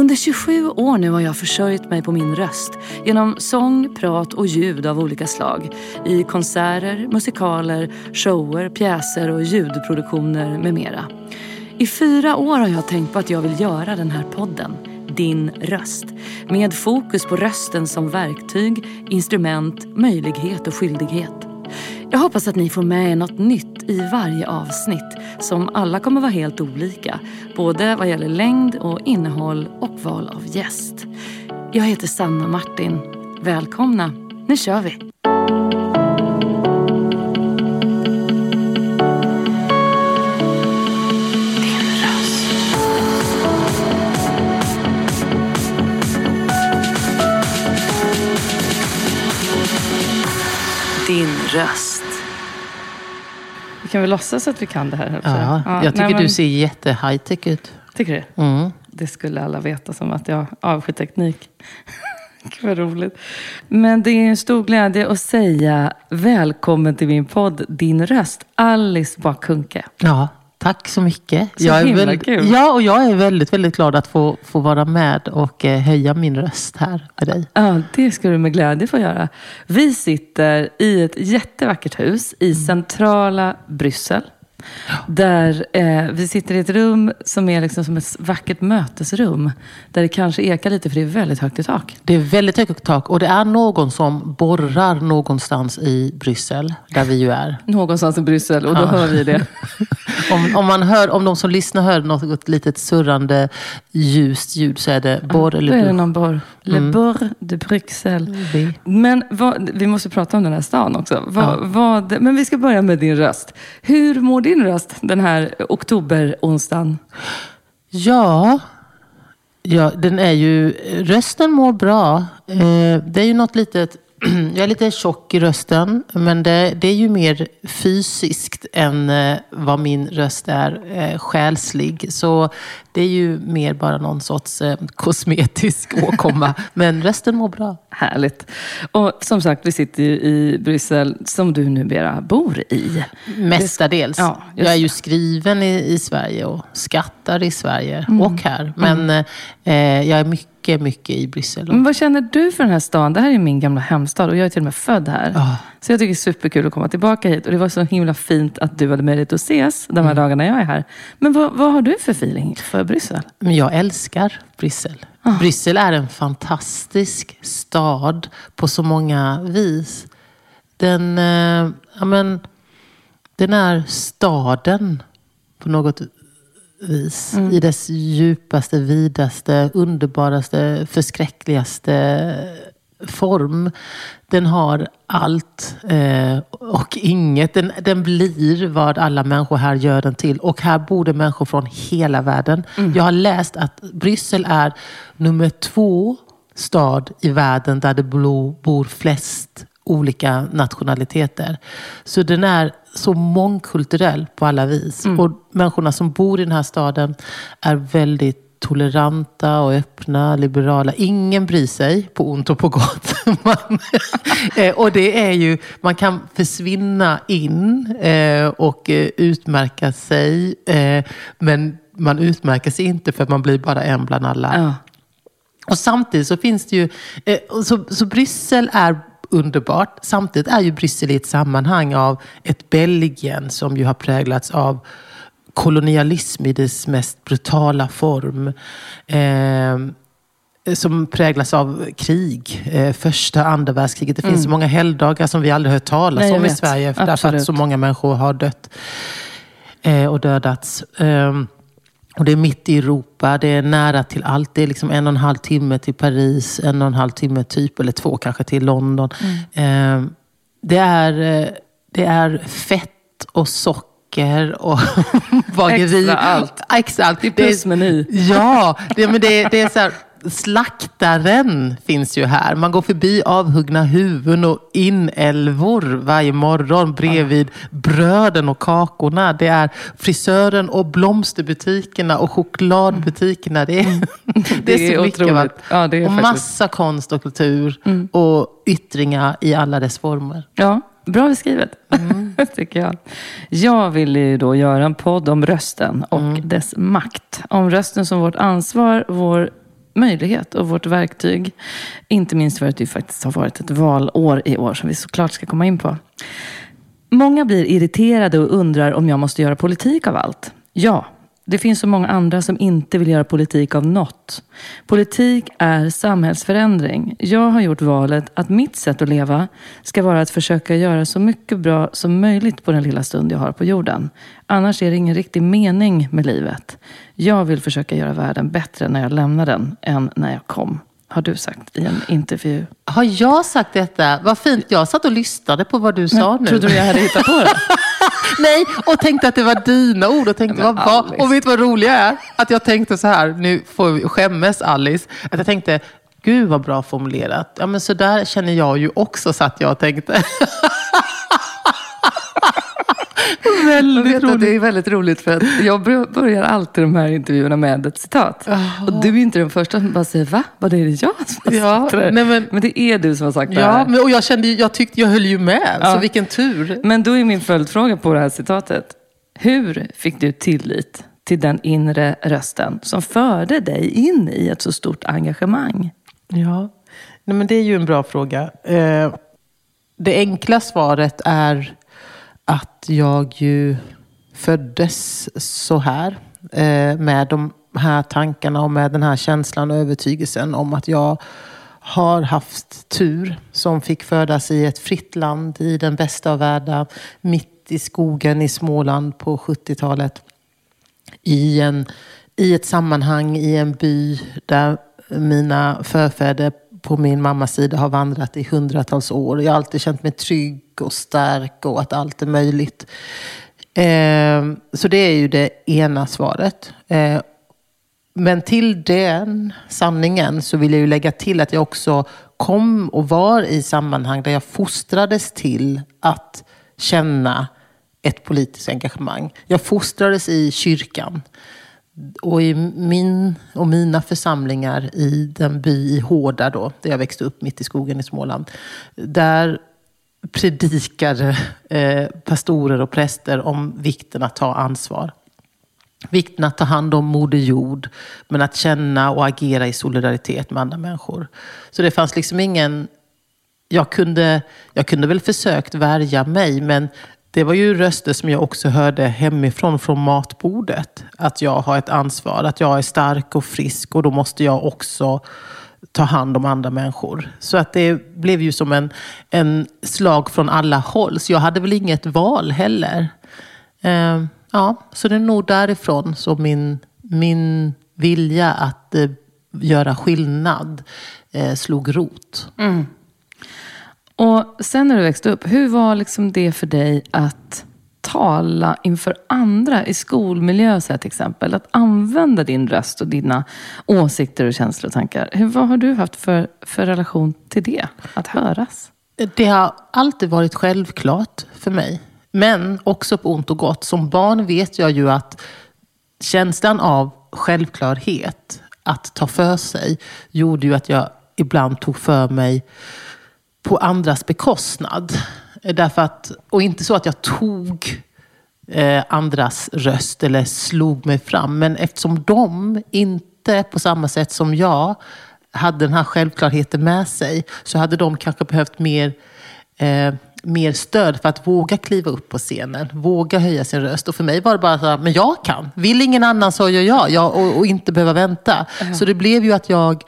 Under 27 år nu har jag försörjt mig på min röst genom sång, prat och ljud av olika slag i konserter, musikaler, shower, pjäser och ljudproduktioner med mera. I 4 år har jag tänkt på att jag vill göra den här podden, Din röst, med fokus på rösten som verktyg, instrument, möjlighet och skyldighet. Jag hoppas att ni får med er något nytt i varje avsnitt som alla kommer vara helt olika, både vad gäller längd och innehåll och val av gäst. Jag heter Sanna Martin. Välkomna, nu kör vi! Din röst. Vi kan väl låtsas att vi kan det här. Ja, jag tycker du ser jätte high-tech ut. Tycker du? Mm. Det skulle alla veta som att jag avskyr teknik. Vad roligt. Men det är en stor glädje att säga välkommen till min podd Din röst, Alice Bah Kuhnke. Ja, tack så mycket. Så himla kul. Ja, och jag är väldigt, väldigt glad att få vara med och höja min röst här med dig. Ja, det ska du med glädje få göra. Vi sitter i ett jättevackert hus i centrala Bryssel. Där vi sitter i ett rum som är liksom som ett vackert mötesrum. Där det kanske ekar lite för det är väldigt högt i tak. Det är väldigt högt i tak och det är någon som borrar någonstans i Bryssel, där vi ju är. Någonstans i Bryssel och då hör vi det. om de som lyssnar hör något litet surrande ljust ljud så är det borr eller då är det någon borr. Le Borr de Bruxelles. Men vi måste prata om den här stan också. Men vi ska börja med din röst. Hur mår din röst den här oktoberonsdagen? Ja, den är ju... Rösten mår bra. Det är ju något litet... Jag är lite tjock i rösten, men det är ju mer fysiskt än vad min röst är själslig. Så det är ju mer bara någon sorts kosmetisk åkomma. Men rösten mår bra. Härligt. Och som sagt, vi sitter ju i Bryssel som du numera bor i. Mestadels. Ja, jag är ju skriven i Sverige och skattar i Sverige och här. Men jag är mycket i Bryssel. Men vad känner du för den här stan? Det här är min gamla hemstad och jag är till och med född här. Så jag tycker det är superkul att komma tillbaka hit. Och det var så himla fint att du hade möjlighet att ses de här dagarna jag är här. Men vad har du för feeling för Bryssel? Men jag älskar Bryssel. Bryssel är en fantastisk stad på så många vis. Den är staden på något vis. I dess djupaste, vidaste, underbaraste, förskräckligaste form. Den har allt och inget. Den blir vad alla människor här gör den till. Och här bor det människor från hela världen. Jag har läst att Bryssel är nummer 2 stad i världen där det bor flest olika nationaliteter. Så den är så mångkulturell på alla vis. Och människorna som bor i den här staden är väldigt toleranta och öppna, liberala. Ingen bryr sig på ont och på gott. Och det är ju, man kan försvinna in och utmärka sig. Men man utmärker sig inte för att man blir bara en bland alla. Och samtidigt så finns det ju... Så Bryssel är underbart. Samtidigt är ju Bryssel i ett sammanhang av ett Belgien som ju har präglats av kolonialism i dess mest brutala form. Som präglas av krig. Första, andra världskriget. Det finns så många helgdagar som vi aldrig hört talas om i Sverige. Därför att så många människor har dött och dödats. Och det är mitt i Europa, det är nära till allt. Det är liksom 1,5 timme till Paris, 1,5 timme typ, eller 2 kanske till London. Det är fett och socker och bageri. Extra allt. Det är plusmeny. Ja, det är så här... Slaktaren finns ju här. Man går förbi avhuggna huvuden och inälvor varje morgon bredvid bröden och kakorna. Det är frisören och blomsterbutikerna och chokladbutikerna. Det är så mycket. Ja, det är och massa konst och kultur och yttringar i alla dess former. Ja, bra beskrivet, tycker jag. Jag vill ju då göra en podd om rösten och dess makt. Om rösten som vårt ansvar, vår möjlighet och vårt verktyg. Inte minst för att det faktiskt har varit ett valår i år som vi såklart ska komma in på. Många blir irriterade och undrar om jag måste göra politik av allt. Ja, det finns så många andra som inte vill göra politik av något. Politik är samhällsförändring. Jag har gjort valet att mitt sätt att leva ska vara att försöka göra så mycket bra som möjligt på den lilla stund jag har på jorden. Annars är det ingen riktig mening med livet. Jag vill försöka göra världen bättre när jag lämnar den än när jag kom. Har du sagt i en intervju. Har jag sagt detta? Vad fint. Jag satt och lyssnade på vad du sa nu. Trodde du jag hade hittat på det? Nej, och tänkte att det var dina ord. Och tänkte, och vet du vad roliga är? Att jag tänkte så här, nu får vi skämmes Alice. Att jag tänkte, gud vad bra formulerat. Ja men så där känner jag ju också, så att jag tänkte. Väldigt roligt. Det är väldigt roligt för att jag börjar alltid de här intervjuerna med ett citat. Och du är inte den första som bara säger, va? Vad är det jag som har sagt det? Nej, men det är du som har sagt det här. Ja, och jag höll ju med. Ja. Så vilken tur. Men då är min följdfråga på det här citatet. Hur fick du tillit till den inre rösten som förde dig in i ett så stort engagemang? Ja, nej, men det är ju en bra fråga. Det enkla svaret är att jag ju föddes så här med de här tankarna och med den här känslan och övertygelsen om att jag har haft tur som fick födas i ett fritt land i den bästa av världar, mitt i skogen i Småland på 70-talet, i ett sammanhang i en by där mina förfäder på min mammas sida har vandrat i hundratals år. Jag har alltid känt mig trygg och stark och att allt är möjligt. Så det är ju det ena svaret. Men till den sanningen så vill jag ju lägga till att jag också kom och var i sammanhang där jag fostrades till att känna ett politiskt engagemang. Jag fostrades i kyrkan. Och i min och mina församlingar i den by i Hårda då, där jag växte upp mitt i skogen i Småland. Där predikade pastorer och präster om vikten att ta ansvar. Vikten att ta hand om moder jord, men att känna och agera i solidaritet med andra människor. Så det fanns liksom ingen... Jag kunde väl försökt värja mig, men det var ju röster som jag också hörde hemifrån från matbordet. Att jag har ett ansvar, att jag är stark och frisk och då måste jag också ta hand om andra människor. Så att det blev ju som en slag från alla håll. Så jag hade väl inget val heller. Ja, så det är nog därifrån som min vilja att göra skillnad slog rot. Mm. Och sen när du växte upp, hur var liksom det för dig att tala inför andra i skolmiljö så här, till exempel? Att använda din röst och dina åsikter och känslor och tankar. Vad har du haft för relation till det? Att höras? Det har alltid varit självklart för mig. Men också på ont och gott. Som barn vet jag ju att känslan av självklarhet, att ta för sig, gjorde ju att jag ibland tog för mig på andras bekostnad. Därför att, och inte så att jag tog andras röst eller slog mig fram. Men eftersom de inte på samma sätt som jag hade den här självklarheten med sig, så hade de kanske behövt mer stöd för att våga kliva upp på scenen, våga höja sin röst. Och för mig var det bara så här, men jag kan. Vill ingen annan så gör jag och inte behöva vänta. Så det blev ju att jag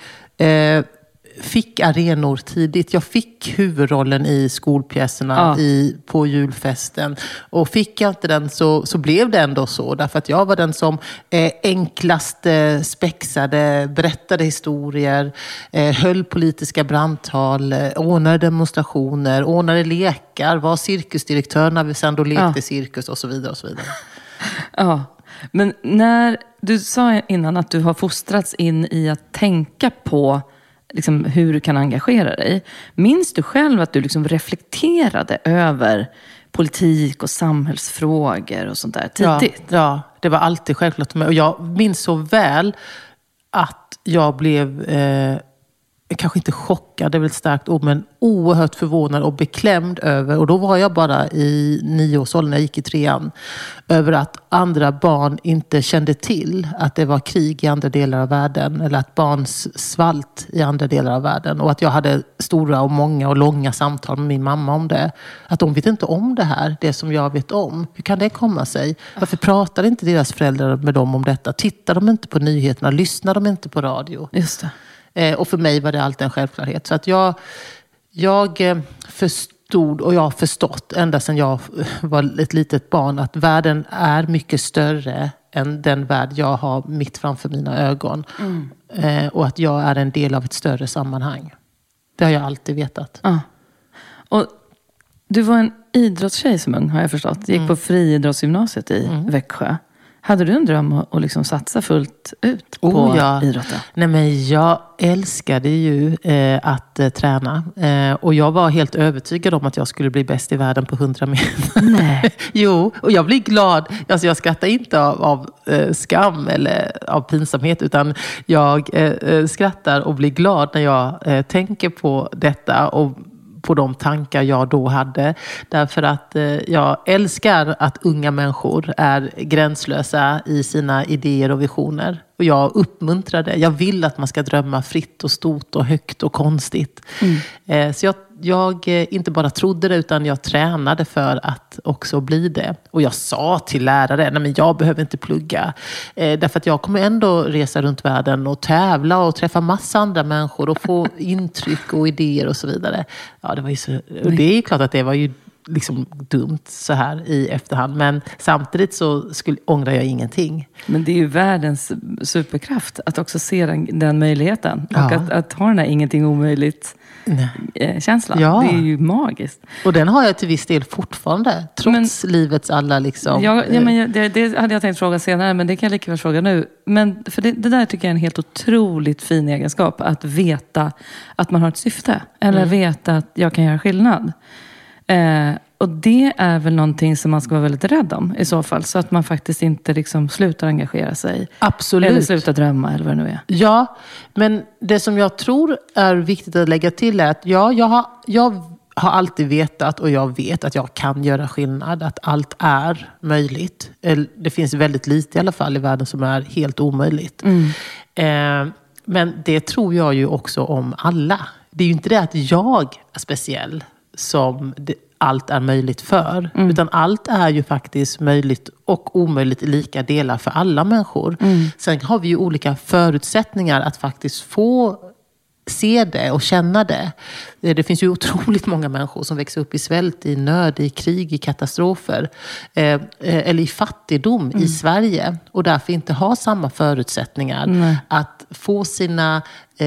fick arenor tidigt. Jag fick huvudrollen i skolpjäserna på julfesten. Och fick jag inte den så blev det ändå så. Därför att jag var den som enklast spexade, berättade historier, höll politiska brandtal, ordnade demonstrationer, ordnade lekar, var cirkusdirektör när vi sen då lekte cirkus och så vidare och så vidare. Ja, men när du sa innan att du har fostrats in i att tänka på liksom hur du kan engagera dig. Minns du själv att du liksom reflekterade över politik och samhällsfrågor och sånt där tidigt? Ja, det var alltid självklart för mig. Och jag minns så väl att jag blev kanske inte chockad, det är väl ett starkt ord, men oerhört förvånad och beklämd över, och då var jag bara i 9-årsåldern när jag gick i 3:an, över att andra barn inte kände till att det var krig i andra delar av världen, eller att barn svalt i andra delar av världen, och att jag hade stora och många och långa samtal med min mamma om det. Att de vet inte om det här, det som jag vet om. Hur kan det komma sig? Varför pratar inte deras föräldrar med dem om detta? Tittar de inte på nyheterna? Lyssnar de inte på radio? Just det. Och för mig var det alltid en självklarhet. Så att jag förstod, och jag har förstått ända sedan jag var ett litet barn, att världen är mycket större än den värld jag har mitt framför mina ögon. Och att jag är en del av ett större sammanhang. Det har jag alltid vetat. Ja. Och du var en idrottstjej som ung, har jag förstått. Gick på friidrottsgymnasiet i Växjö. Hade du en dröm att liksom satsa fullt ut på idrotten? Nej, men jag älskade ju att träna. Och jag var helt övertygad om att jag skulle bli bäst i världen på 100 meter. Nej. Jo, och jag blir glad. Alltså jag skrattar inte av skam eller av pinsamhet, utan jag skrattar och blir glad när jag tänker på detta och på de tankar jag då hade. Därför att jag älskar att unga människor är gränslösa i sina idéer och visioner. Och jag uppmuntrar det. Jag vill att man ska drömma fritt och stort och högt och konstigt. Så jag inte bara trodde det, utan jag tränade för att också bli det. Och jag sa till lärare, nej men jag behöver inte plugga. Därför att jag kommer ändå resa runt världen och tävla och träffa massa andra människor och få intryck och idéer och så vidare. Ja, det var ju så, och det är klart att det var ju liksom dumt så här i efterhand. Men samtidigt så ångrar jag ingenting. Men det är ju världens superkraft att också se den möjligheten. Och att ha den här ingenting omöjligt känslan. Ja. Det är ju magiskt. Och den har jag till viss del fortfarande. Trots livets alla liksom... Men det hade jag tänkt fråga senare, men det kan jag lika väl fråga nu. Men för det där tycker jag är en helt otroligt fin egenskap. Att veta att man har ett syfte. Eller veta att jag kan göra skillnad. Och det är väl någonting som man ska vara väldigt rädd om i så fall. Så att man faktiskt inte liksom slutar engagera sig. Absolut. Eller slutar drömma eller vad det nu är. Ja, men det som jag tror är viktigt att lägga till är att jag har alltid vetat, och jag vet att jag kan göra skillnad. Att allt är möjligt. Det finns väldigt lite i alla fall i världen som är helt omöjligt. Men det tror jag ju också om alla. Det är ju inte det att jag är speciell som allt är möjligt för. Utan allt är ju faktiskt möjligt och omöjligt i lika delar för alla människor. Sen har vi ju olika förutsättningar att faktiskt få se det och känna det. Det finns ju otroligt många människor som växer upp i svält, i nöd, i krig, i katastrofer. Eller i fattigdom i Sverige. Och därför inte har samma förutsättningar att få sina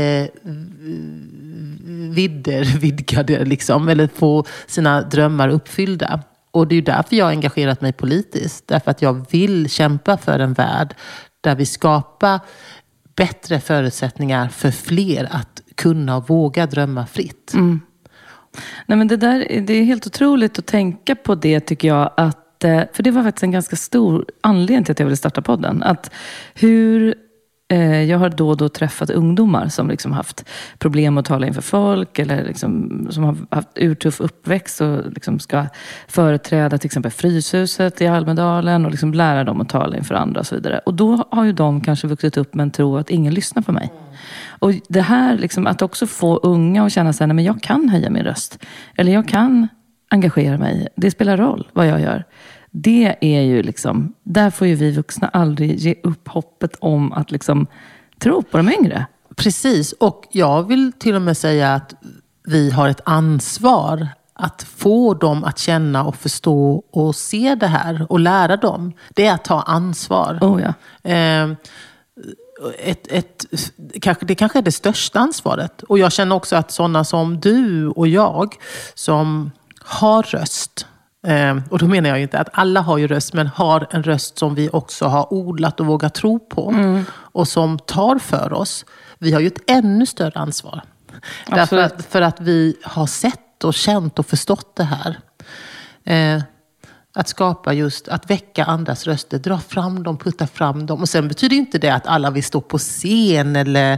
vidder vidgade liksom, eller få sina drömmar uppfyllda. Och det är ju därför jag har engagerat mig politiskt. Därför att jag vill kämpa för en värld där vi skapar bättre förutsättningar för fler att kunna och våga drömma fritt. Nej, men det är helt otroligt att tänka på det, tycker jag. För det var faktiskt en ganska stor anledning till att jag ville starta podden. Att jag har då och då träffat ungdomar som liksom haft problem att tala inför folk, eller liksom, som har haft urtuff uppväxt och liksom ska företräda till exempel Fryshuset i Almedalen och liksom lära dem att tala inför andra och så vidare. Och då har ju de kanske vuxit upp med en tro att ingen lyssnar på mig. Och det här liksom, att också få unga att känna sig, nej men jag kan höja min röst. Eller jag kan engagera mig. Det spelar roll vad jag gör. Det är ju liksom, där får ju vi vuxna aldrig ge upp hoppet om att liksom tro på de yngre. Precis, och jag vill till och med säga att vi har ett ansvar att få dem att känna och förstå och se det här och lära dem. Det är att ta ansvar. Det kanske är det största ansvaret. Och jag känner också att sådana som du och jag som har röst, och då menar jag ju inte att alla har ju röst, men har en röst som vi också har odlat och vågat tro på och som tar för oss. Vi har ju ett ännu större ansvar. För att vi har sett och känt och förstått det här. Att skapa just, att väcka andras röster, dra fram dem, putta fram dem. Och sen betyder inte det att alla vill stå på scen eller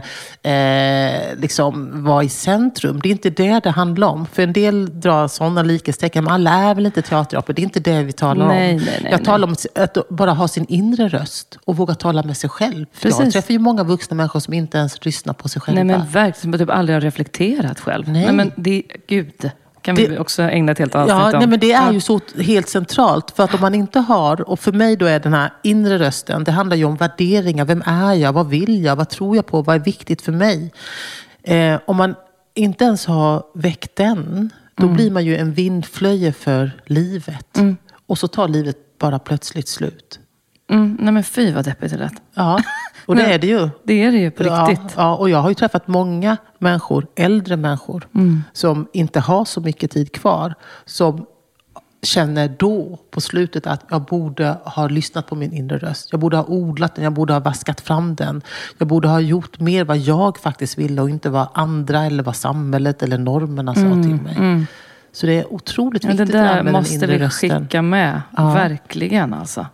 liksom vara i centrum. Det är inte det handlar om. För en del drar sådana likhetstecken, men alla är väl inte teaterapor. Det är inte det vi talar om. Jag talar om att bara ha sin inre röst och våga tala med sig själv. För jag träffar ju många vuxna människor som inte ens lyssnar på sig själva. Nej, men verkligen, som typ aldrig har reflekterat själv. Nej men det, gud... Kan vi också ägna ett helt avsnitt om. Nej, men det är ju så helt centralt. För att om man inte har, och för mig då är den här inre rösten, det handlar ju om värderingar. Vem är jag? Vad vill jag? Vad tror jag på? Vad är viktigt för mig? Om man inte ens har väckt den, då blir man ju en vindflöje för livet. Och så tar livet bara plötsligt slut. Nej men fy vad deppigt det lät. Ja, och det är det ju. Det är det ju på riktigt. Ja, och jag har ju träffat många människor, äldre människor, som inte har så mycket tid kvar. Som känner då på slutet att jag borde ha lyssnat på min inre röst. Jag borde ha odlat den, jag borde ha vaskat fram den. Jag borde ha gjort mer vad jag faktiskt ville och inte vad andra eller vad samhället eller normerna sa till mig. Så det är otroligt viktigt det där med måste den inre vi rösten. skicka med. Ja. Verkligen alltså.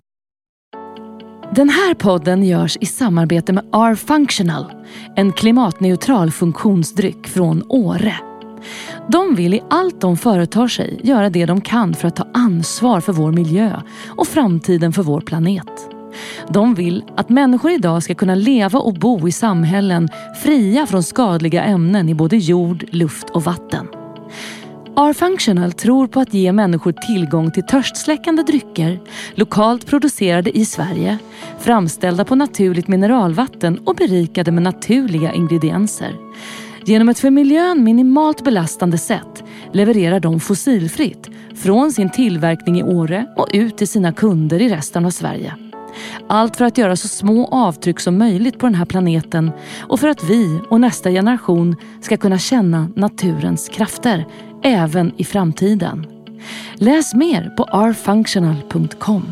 Den här podden görs i samarbete med R-Functional, en klimatneutral funktionsdryck från Åre. De vill i allt de företar sig göra det de kan för att ta ansvar för vår miljö och framtiden för vår planet. De vill att människor idag ska kunna leva och bo i samhällen fria från skadliga ämnen i både jord, luft och vatten. R-Functional tror på att ge människor tillgång till törstsläckande drycker, lokalt producerade i Sverige, framställda på naturligt mineralvatten och berikade med naturliga ingredienser. Genom ett för miljön minimalt belastande sätt levererar de fossilfritt från sin tillverkning i Åre och ut till sina kunder i resten av Sverige. Allt för att göra så små avtryck som möjligt på den här planeten och för att vi och nästa generation ska kunna känna naturens krafter även i framtiden. Läs mer på rfunctional.com.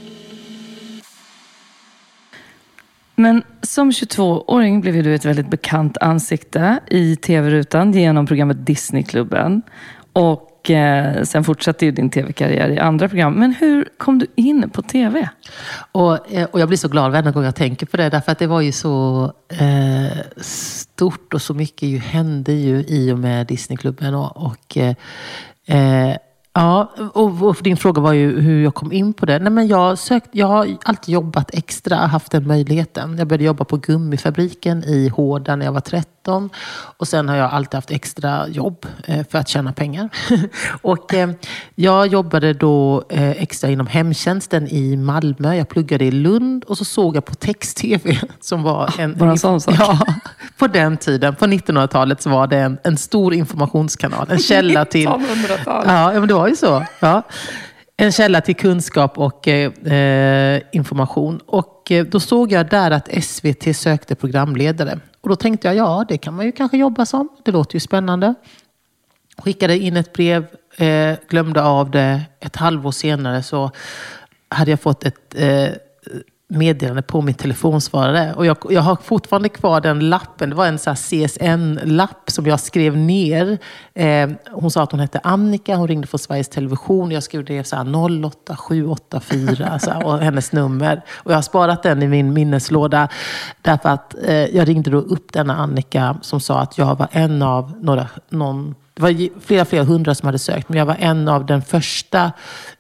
Men som 22-åring blev du ett väldigt bekant ansikte i tv-rutan genom programmet Disneyklubben. Och sen fortsatte ju din tv-karriär i andra program. Men hur kom du in på tv? Och jag blir så glad varje gång jag tänker på det. Därför att det var ju så stort och så mycket hände ju i och med Disneyklubben. Och din fråga var ju hur jag kom in på det. Nej, men jag har alltid jobbat extra, haft den möjligheten. Jag började jobba på gummifabriken i Hårda när jag var 13. Och sen har jag alltid haft extra jobb för att tjäna pengar. Och jag jobbade då extra inom hemtjänsten i Malmö. Jag pluggade i Lund och så såg jag på text-tv som var en sån sak. Ja, på den tiden, på 1900-talet så var det en stor informationskanal. En källa till... 1900-talet. Ja, men det var ju så. Ja. En källa till kunskap och information. Och då såg jag där att SVT sökte programledare. Och då tänkte jag, ja, det kan man ju kanske jobba som. Det låter ju spännande. Skickade in ett brev, glömde av det. Ett halvår senare så hade jag fått ett meddelande på min telefonsvarare. Och jag har fortfarande kvar den lappen. Det var en sån här CSN-lapp som jag skrev ner. Hon sa att hon hette Annika. Hon ringde från Sveriges Television. Jag skrev det så här 08784 så här, och hennes nummer. Och jag har sparat den i min minneslåda. Därför att jag ringde då upp denna Annika som sa att jag var en av det var flera hundra som hade sökt. Men jag var en av den första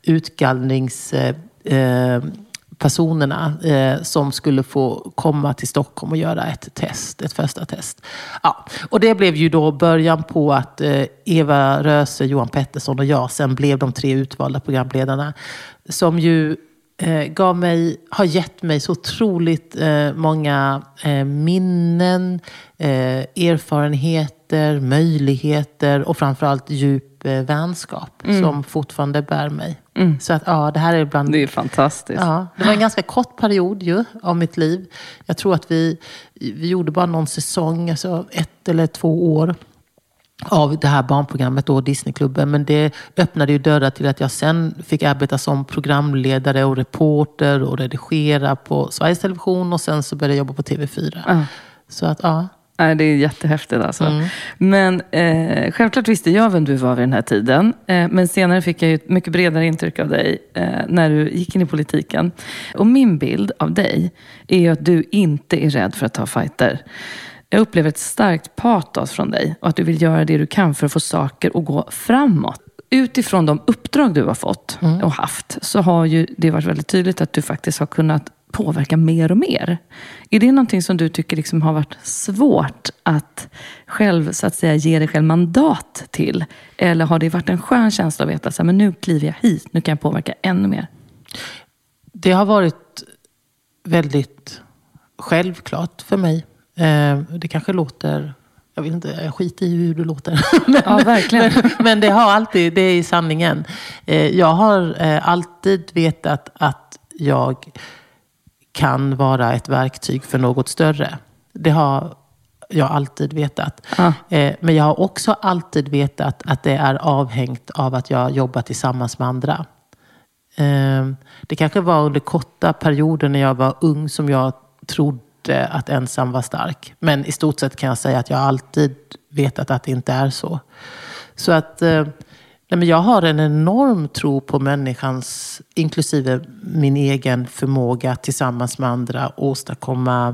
personerna som skulle få komma till Stockholm och göra ett första test. Ja, och det blev ju då början på att Eva Röse, Johan Pettersson och jag sen blev de 3 utvalda programledarna som ju har gett mig så otroligt många minnen, erfarenheter, möjligheter och framförallt djup vänskap som fortfarande bär mig. Så att det här är bland... Det är fantastiskt. Ja, det var en ganska kort period ju av mitt liv. Jag tror att vi gjorde bara någon säsong, alltså 1 eller 2 år av det här barnprogrammet då, Disneyklubben. Men det öppnade ju dörrar till att jag sen fick arbeta som programledare och reporter och redigera på Sveriges Television och sen så började jag jobba på TV4. Så att Nej, det är jättehäftigt alltså. Men självklart visste jag vem du var vid den här tiden. Men senare fick jag ju ett mycket bredare intryck av dig när du gick in i politiken. Och min bild av dig är ju att du inte är rädd för att ta fighter. Jag upplever ett starkt patos från dig och att du vill göra det du kan för att få saker att gå framåt. Utifrån de uppdrag du har fått och haft så har ju det varit väldigt tydligt att du faktiskt har kunnat påverka mer och mer. Är det någonting som du tycker liksom har varit svårt att själv så att säga ge dig själv mandat till? Eller har det varit en skön känsla att veta att men nu kliver jag hit, nu kan jag påverka ännu mer? Det har varit väldigt självklart för mig. Det kanske låter... Jag vet inte, jag skiter i hur det låter. Ja, verkligen. Men det har alltid, det är sanningen. Jag har alltid vetat att jag kan vara ett verktyg för något större. Det har jag alltid vetat. Men jag har också alltid vetat att det är avhängt av att jag jobbar tillsammans med andra. Det kanske var under korta perioder när jag var ung som jag trodde att ensam var stark. Men i stort sett kan jag säga att jag alltid vetat att det inte är så. Så att men jag har en enorm tro på människans, inklusive min egen förmåga tillsammans med andra åstadkomma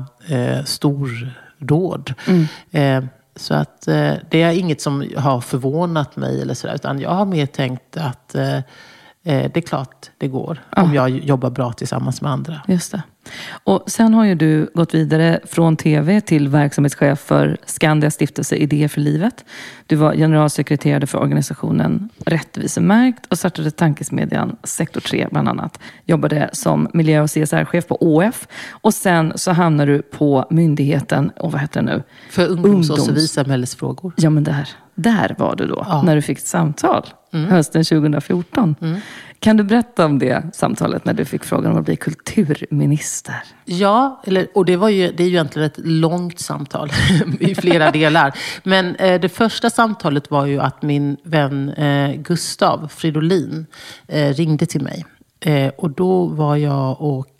stordåd. Så att det är inget som har förvånat mig eller sådär, utan jag har mer tänkt att det är klart det går om jag jobbar bra tillsammans med andra. Just det. Och sen har ju du gått vidare från tv till verksamhetschef för Skandia stiftelse Idéer för livet. Du var generalsekreterare för organisationen Rättvisemärkt och startade tankesmedjan Sektor 3 bland annat. Jobbade som miljö- och CSR-chef på ÅF. Och sen så hamnar du på myndigheten, och vad heter det nu? För ungdoms- och civilsamhällesfrågor. Ja, men där var du då, när du fick ett samtal hösten 2014. Kan du berätta om det samtalet när du fick frågan om att bli kulturminister? Ja, och det är ju egentligen ett långt samtal i flera delar. Men det första samtalet var ju att min vän Gustav Fridolin ringde till mig. Och då var jag och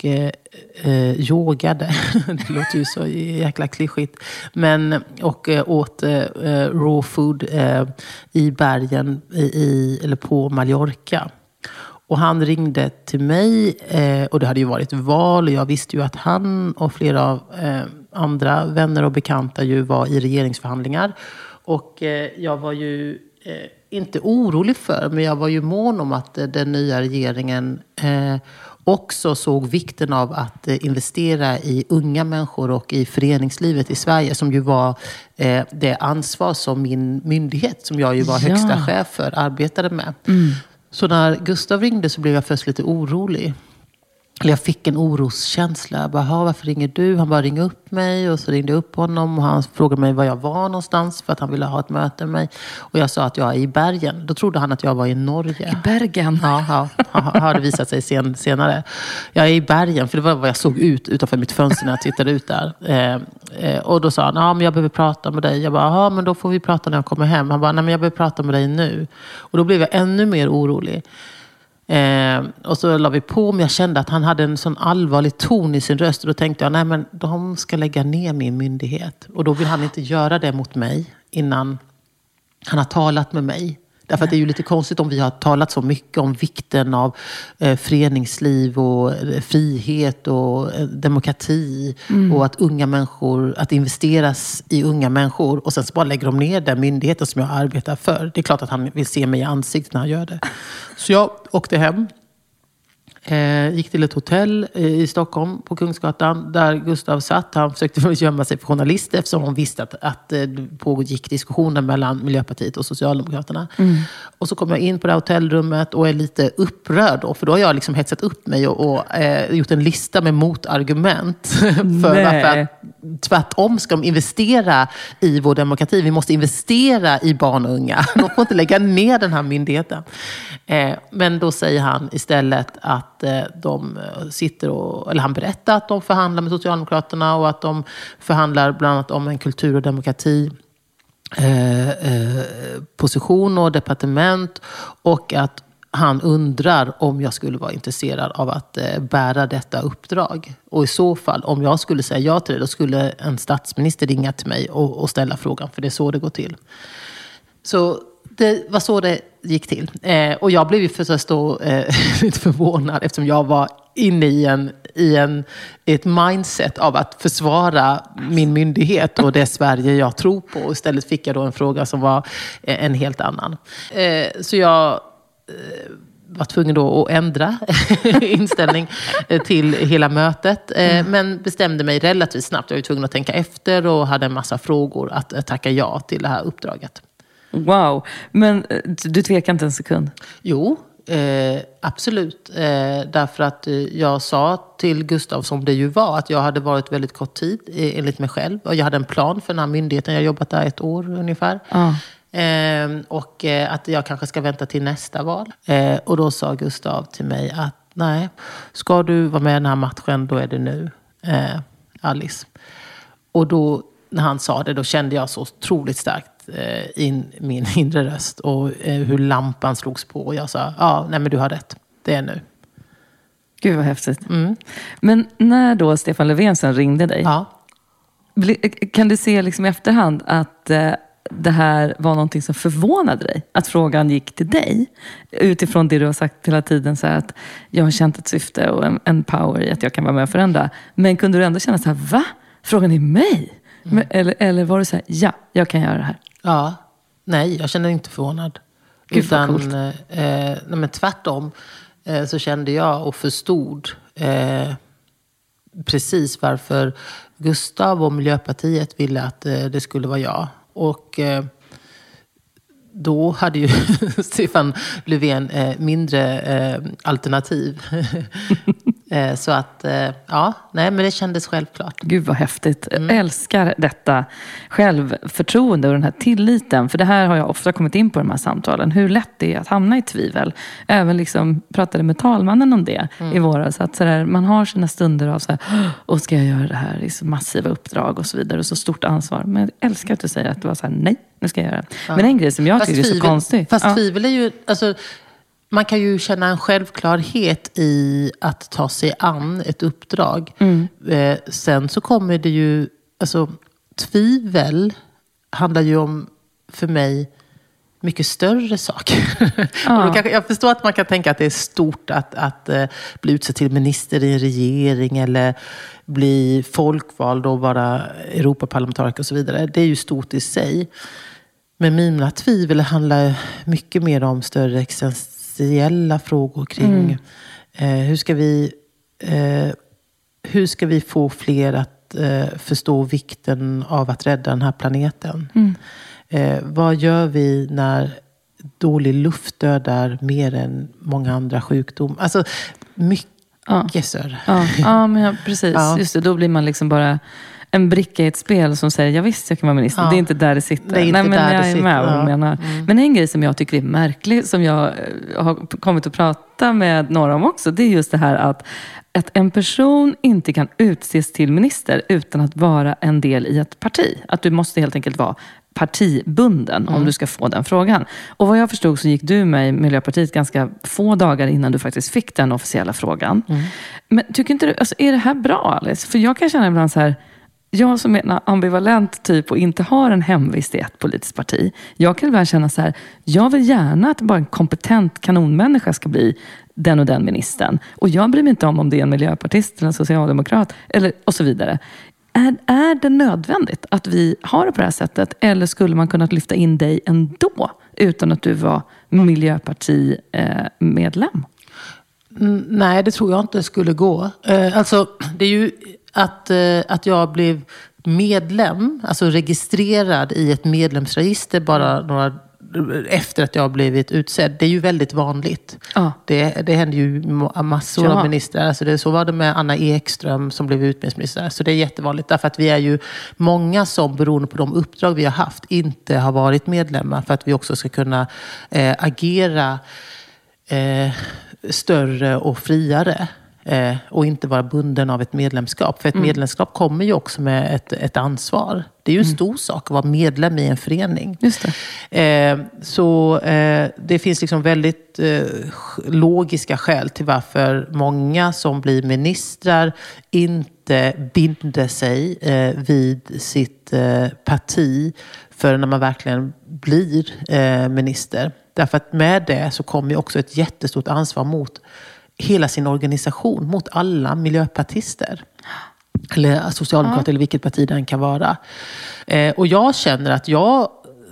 yogade. Det låter ju så jäkla klyschigt. Men åt raw food i bergen eller på Mallorca. Och han ringde till mig och det hade ju varit val och jag visste ju att han och flera av andra vänner och bekanta ju var i regeringsförhandlingar. Och jag var ju inte orolig för, men jag var ju mån om att den nya regeringen också såg vikten av att investera i unga människor och i föreningslivet i Sverige, som ju var det ansvar som min myndighet, som jag ju var högsta chef för, arbetade med. Så när Gustav ringde så blev jag först lite orolig. Eller jag fick en oroskänsla. Jag bara, varför ringer du? Han bara ringde upp mig och så ringde jag upp honom. Och han frågade mig var jag var någonstans för att han ville ha ett möte med mig. Och jag sa att jag är i bergen. Då trodde han att jag var i Norge. I Bergen? Ja, har det visat sig senare. Jag är i bergen, för det var vad jag såg ut utanför mitt fönster när jag tittade ut där. Och då sa han, men jag behöver prata med dig. Jag bara, men då får vi prata när jag kommer hem. Han bara, nej men jag behöver prata med dig nu. Och då blev jag ännu mer orolig. Och så la vi på, men jag kände att han hade en sån allvarlig ton i sin röst. Och då tänkte jag, nej men de ska lägga ner min myndighet. Och då vill han inte göra det mot mig innan han har talat med mig. Därför att det är ju lite konstigt om vi har talat så mycket om vikten av föreningsliv och frihet och demokrati. Och att unga människor, att investeras i unga människor. Och sen så bara lägger de ner den myndigheten som jag arbetar för. Det är klart att han vill se mig i ansiktet när han gör det. Så jag åkte hem. Gick till ett hotell i Stockholm på Kungsgatan där Gustav satt. Han försökte gömma sig för journalister eftersom hon visste att det pågick diskussioner mellan Miljöpartiet och Socialdemokraterna. Och så kom jag in på det här hotellrummet och är lite upprörd. För då har jag liksom hetsat upp mig och gjort en lista med motargument för varför att tvärtom ska de investera i vår demokrati. Vi måste investera i barn och unga. De får inte lägga ner den här myndigheten. Men då säger han istället att de sitter eller han berättar att de förhandlar med Socialdemokraterna och att de förhandlar bland annat om en kultur- och demokrati position och departement, och att han undrar om jag skulle vara intresserad av att bära detta uppdrag. Och i så fall, om jag skulle säga ja till det, då skulle en statsminister ringa till mig och ställa frågan. För det är så det går till. Så det var så det gick till. Och jag blev ju förstås då lite förvånad eftersom jag var inne i ett mindset av att försvara min myndighet och det Sverige jag tror på. Och istället fick jag då en fråga som var en helt annan. Så jag var tvungen då att ändra inställning till hela mötet. Men bestämde mig relativt snabbt. Jag var tvungen att tänka efter och hade en massa frågor att tacka ja till det här uppdraget. Wow, men du tvekar inte en sekund? Jo, absolut. Därför att jag sa till Gustav, som det ju var, att jag hade varit väldigt kort tid enligt mig själv. Och jag hade en plan för den här myndigheten. Jag har jobbat där 1 år ungefär. Och att jag kanske ska vänta till nästa val. Och då sa Gustav till mig att nej, ska du vara med i den här matchen, då är det nu, Alice. Och då, när han sa det, då kände jag så otroligt starkt in min inre röst och hur lampan slogs på. Och jag sa, nej men du har rätt, det är nu. Gud vad häftigt. Men när då Stefan Löfven sen ringde dig, kan du se liksom i efterhand att det här var någonting som förvånade dig? Att frågan gick till dig? Utifrån det du har sagt hela tiden, så här att jag har känt ett syfte och en power i att jag kan vara med och förändra. Men kunde du ändå känna så här, va? Frågan är mig? Eller var det så här, ja, jag kan göra det här? Ja, nej, jag kände inte förvånad. Gud, utan men tvärtom så kände jag och förstod precis varför Gustav och Miljöpartiet ville att det skulle vara jag. Och då hade ju Stefan Löfven mindre alternativ. Så att, nej, men det kändes självklart. Gud vad häftigt. Älskar detta självförtroende och den här tilliten. För det här har jag ofta kommit in på de här samtalen. Hur lätt det är att hamna i tvivel. Även liksom pratade med talmannen om det i våras. Att sådär, man har sina stunder av så här, och ska jag göra det här i så massiva uppdrag och så vidare. Och så stort ansvar. Men jag älskar att du säger att du var så här, nej, nu ska jag göra det. Men en grej som jag tycker är så konstig. Fast tvivel är ju, alltså, man kan ju känna en självklarhet i att ta sig an ett uppdrag. Sen så kommer det ju, alltså tvivel handlar ju om, för mig, mycket större saker. Och då jag förstår att man kan tänka att det är stort att bli utsedd till minister i en regering eller bli folkvald och vara Europaparlamentariker och så vidare. Det är ju stort i sig. Men mina tvivel handlar mycket mer om större existentiella frågor kring hur ska vi få fler att förstå vikten av att rädda den här planeten. Vad gör vi när dålig luft dödar mer än många andra sjukdomar? Alltså mycket större. Men precis. Just det, då blir man liksom bara en bricka i ett spel som säger, jag visst jag kan vara minister. Det är inte där det sitter. Det är inte där jag det är sitter. med vad du menar. Men en grej som jag tycker är märklig, som jag har kommit att prata med några om också, det är just det här att en person inte kan utses till minister utan att vara en del i ett parti. Att du måste helt enkelt vara partibunden om du ska få den frågan. Och vad jag förstod så gick du med i Miljöpartiet ganska få dagar innan du faktiskt fick den officiella frågan. Men tycker inte du, alltså, är det här bra, Alice? För jag kan känna ibland så här, jag som är en ambivalent typ och inte har en hemvist i ett politiskt parti. Jag kan ibland känna så här, jag vill gärna att bara en kompetent kanonmänniska ska bli den och den ministern. Och jag bryr mig inte om det är en miljöpartist eller en socialdemokrat eller, och så vidare. Är det nödvändigt att vi har det på det här sättet? Eller skulle man kunna lyfta in dig ändå utan att du var miljöpartimedlem? Nej, det tror jag inte skulle gå. Alltså, det är ju att jag blev medlem, alltså registrerad i ett medlemsregister bara några efter att jag har blivit utsedd. Det är ju väldigt vanligt. Det händer ju massor av ministrar. Alltså så var det med Anna Ekström som blev utbildningsminister. Så det är jättevanligt. Därför att vi är ju många som, beroende på de uppdrag vi har haft, inte har varit medlemmar. För att vi också ska kunna agera större och friare. och inte vara bunden av ett medlemskap. För ett medlemskap kommer ju också med ett ansvar. Det är ju en stor sak att vara medlem i en förening. Just det. Så det finns liksom väldigt logiska skäl till varför många som blir ministrar inte binder sig vid sitt parti för när man verkligen blir minister. Därför att med det så kommer ju också ett jättestort ansvar mot hela sin organisation, mot alla miljöpartister. Eller socialdemokrater eller vilket parti den kan vara. Och jag känner att jag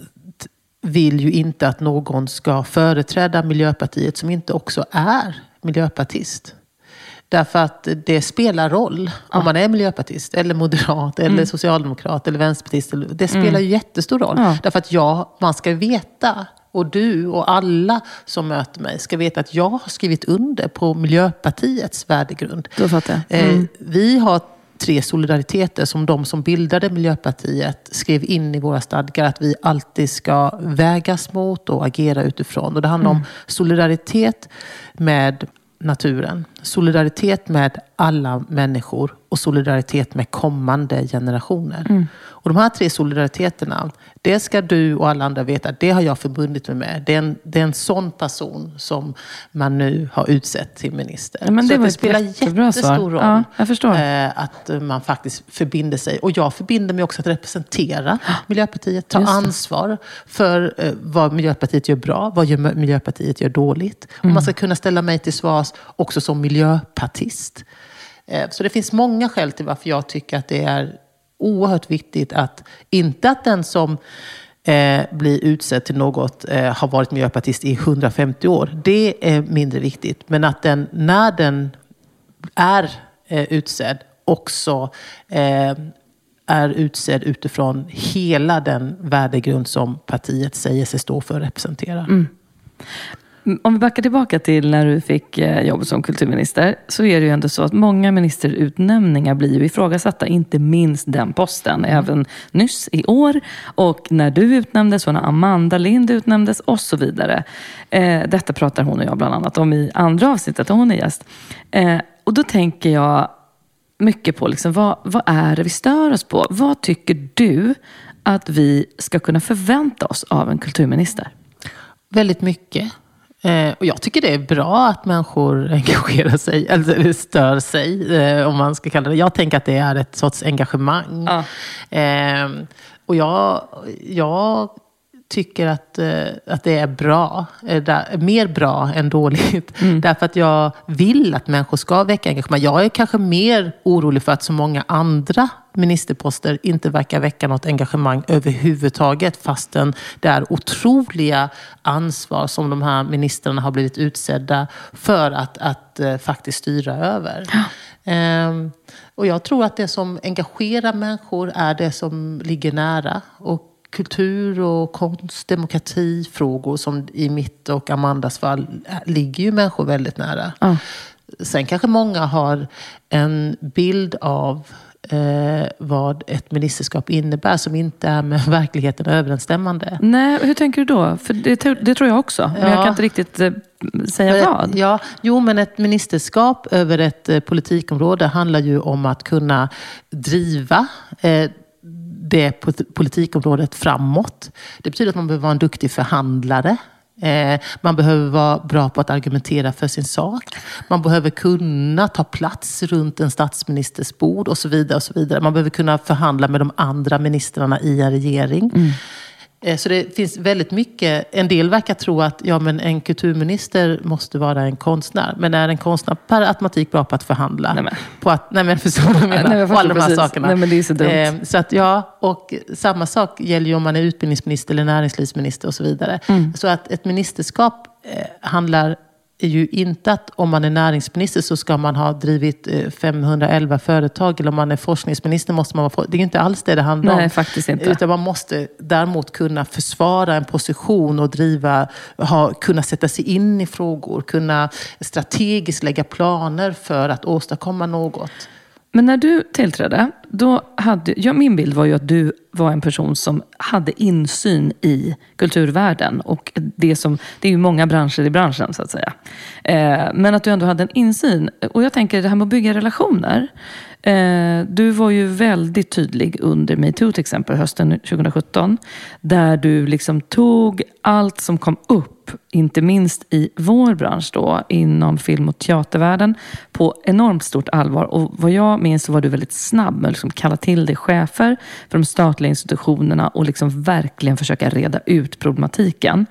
vill ju inte att någon ska företräda Miljöpartiet som inte också är miljöpartist. Därför att det spelar roll om man är miljöpartist eller moderat eller socialdemokrat eller vänsterpartist. Det spelar ju jättestor roll. Därför att man ska veta, och du och alla som möter mig ska veta att jag har skrivit under på Miljöpartiets värdegrund. Då fattar jag. Vi har 3 solidariteter som de som bildade Miljöpartiet skrev in i våra stadgar att vi alltid ska vägas mot och agera utifrån. Och det handlar om solidaritet med naturen, solidaritet med alla människor och solidaritet med kommande generationer. Och de här 3 solidariteterna, det ska du och alla andra veta, det har jag förbundit mig med. Det är en sån person som man nu har utsett till minister. Ja, men så det spelar jättestor roll jag förstår. Att man faktiskt förbinder sig. Och jag förbinder mig också att representera Miljöpartiet, ta ansvar för vad Miljöpartiet gör bra, vad Miljöpartiet gör dåligt. Och man ska kunna ställa mig till svars också som miljöpartist. Så det finns många skäl till varför jag tycker att det är oerhört viktigt att inte att den som blir utsedd till något har varit miljöpartist i 150 år. Det är mindre viktigt. Men att den, när den är utsedd, också är utsedd utifrån hela den värdegrund som partiet säger sig stå för och representera. Om vi backar tillbaka till när du fick jobb som kulturminister, så är det ju ändå så att många ministerutnämningar blir ju ifrågasatta, inte minst den posten, även nyss i år och när du utnämndes och när Amanda Lind utnämndes och så vidare. Detta pratar hon och jag bland annat om i andra avsnittet, och hon är gäst. Och då tänker jag mycket på liksom, vad är det vi stör oss på? Vad tycker du att vi ska kunna förvänta oss av en kulturminister? Väldigt mycket. Och jag tycker det är bra att människor engagerar sig, eller stör sig, om man ska kalla det. Jag tänker att det är ett sorts engagemang. Och jag tycker att det är bra, mer bra än dåligt. Därför att jag vill att människor ska väcka engagemang. Jag är kanske mer orolig för att så många andra ministerposter inte verkar väcka något engagemang överhuvudtaget, fastän det är otroliga ansvar som de här ministrarna har blivit utsedda för att faktiskt styra över. Och jag tror att det som engagerar människor är det som ligger nära. Och kultur och konst, demokratifrågor som i mitt och Amandas fall ligger ju människor väldigt nära. Sen kanske många har en bild av vad ett ministerskap innebär som inte är med verkligheten överensstämmande. Nej, hur tänker du då? För det tror jag också. Men jag kan inte riktigt säga vad. Jo, men ett ministerskap över ett politikområde handlar ju om att kunna driva det politikområdet framåt. Det betyder att man behöver vara en duktig förhandlare. Man behöver vara bra på att argumentera för sin sak. Man behöver kunna ta plats runt en statsministers bord och så vidare och så vidare. Man behöver kunna förhandla med de andra ministrarna i en regering. Så det finns väldigt mycket. En del verkar tro att en kulturminister måste vara en konstnär. Men är en konstnär per automatik bra på att förhandla? På alla de här sakerna. Nej, men det är så dumt. Så att och samma sak gäller ju om man är utbildningsminister eller näringslivsminister och så vidare. Så att ett ministerskap handlar ju inte att om man är näringsminister så ska man ha drivit 511 företag, eller om man är forskningsminister måste man vara... Det är ju inte alls det handlar om. Nej, faktiskt inte. Utan man måste däremot kunna försvara en position och kunna sätta sig in i frågor, kunna strategiskt lägga planer för att åstadkomma något. Men när du tillträdde, då min bild var ju att du var en person som hade insyn i kulturvärlden. Och det är ju många branscher i branschen så att säga. Men att du ändå hade en insyn. Och jag tänker det här med att bygga relationer. Du var ju väldigt tydlig under MeToo till exempel hösten 2017. Där du liksom tog allt som kom upp, inte minst i vår bransch då, inom film- och teatervärlden, på enormt stort allvar. Och vad jag minns så var du väldigt snabb med att liksom kalla till dig chefer för de statliga institutionerna och liksom verkligen försöka reda ut problematiken.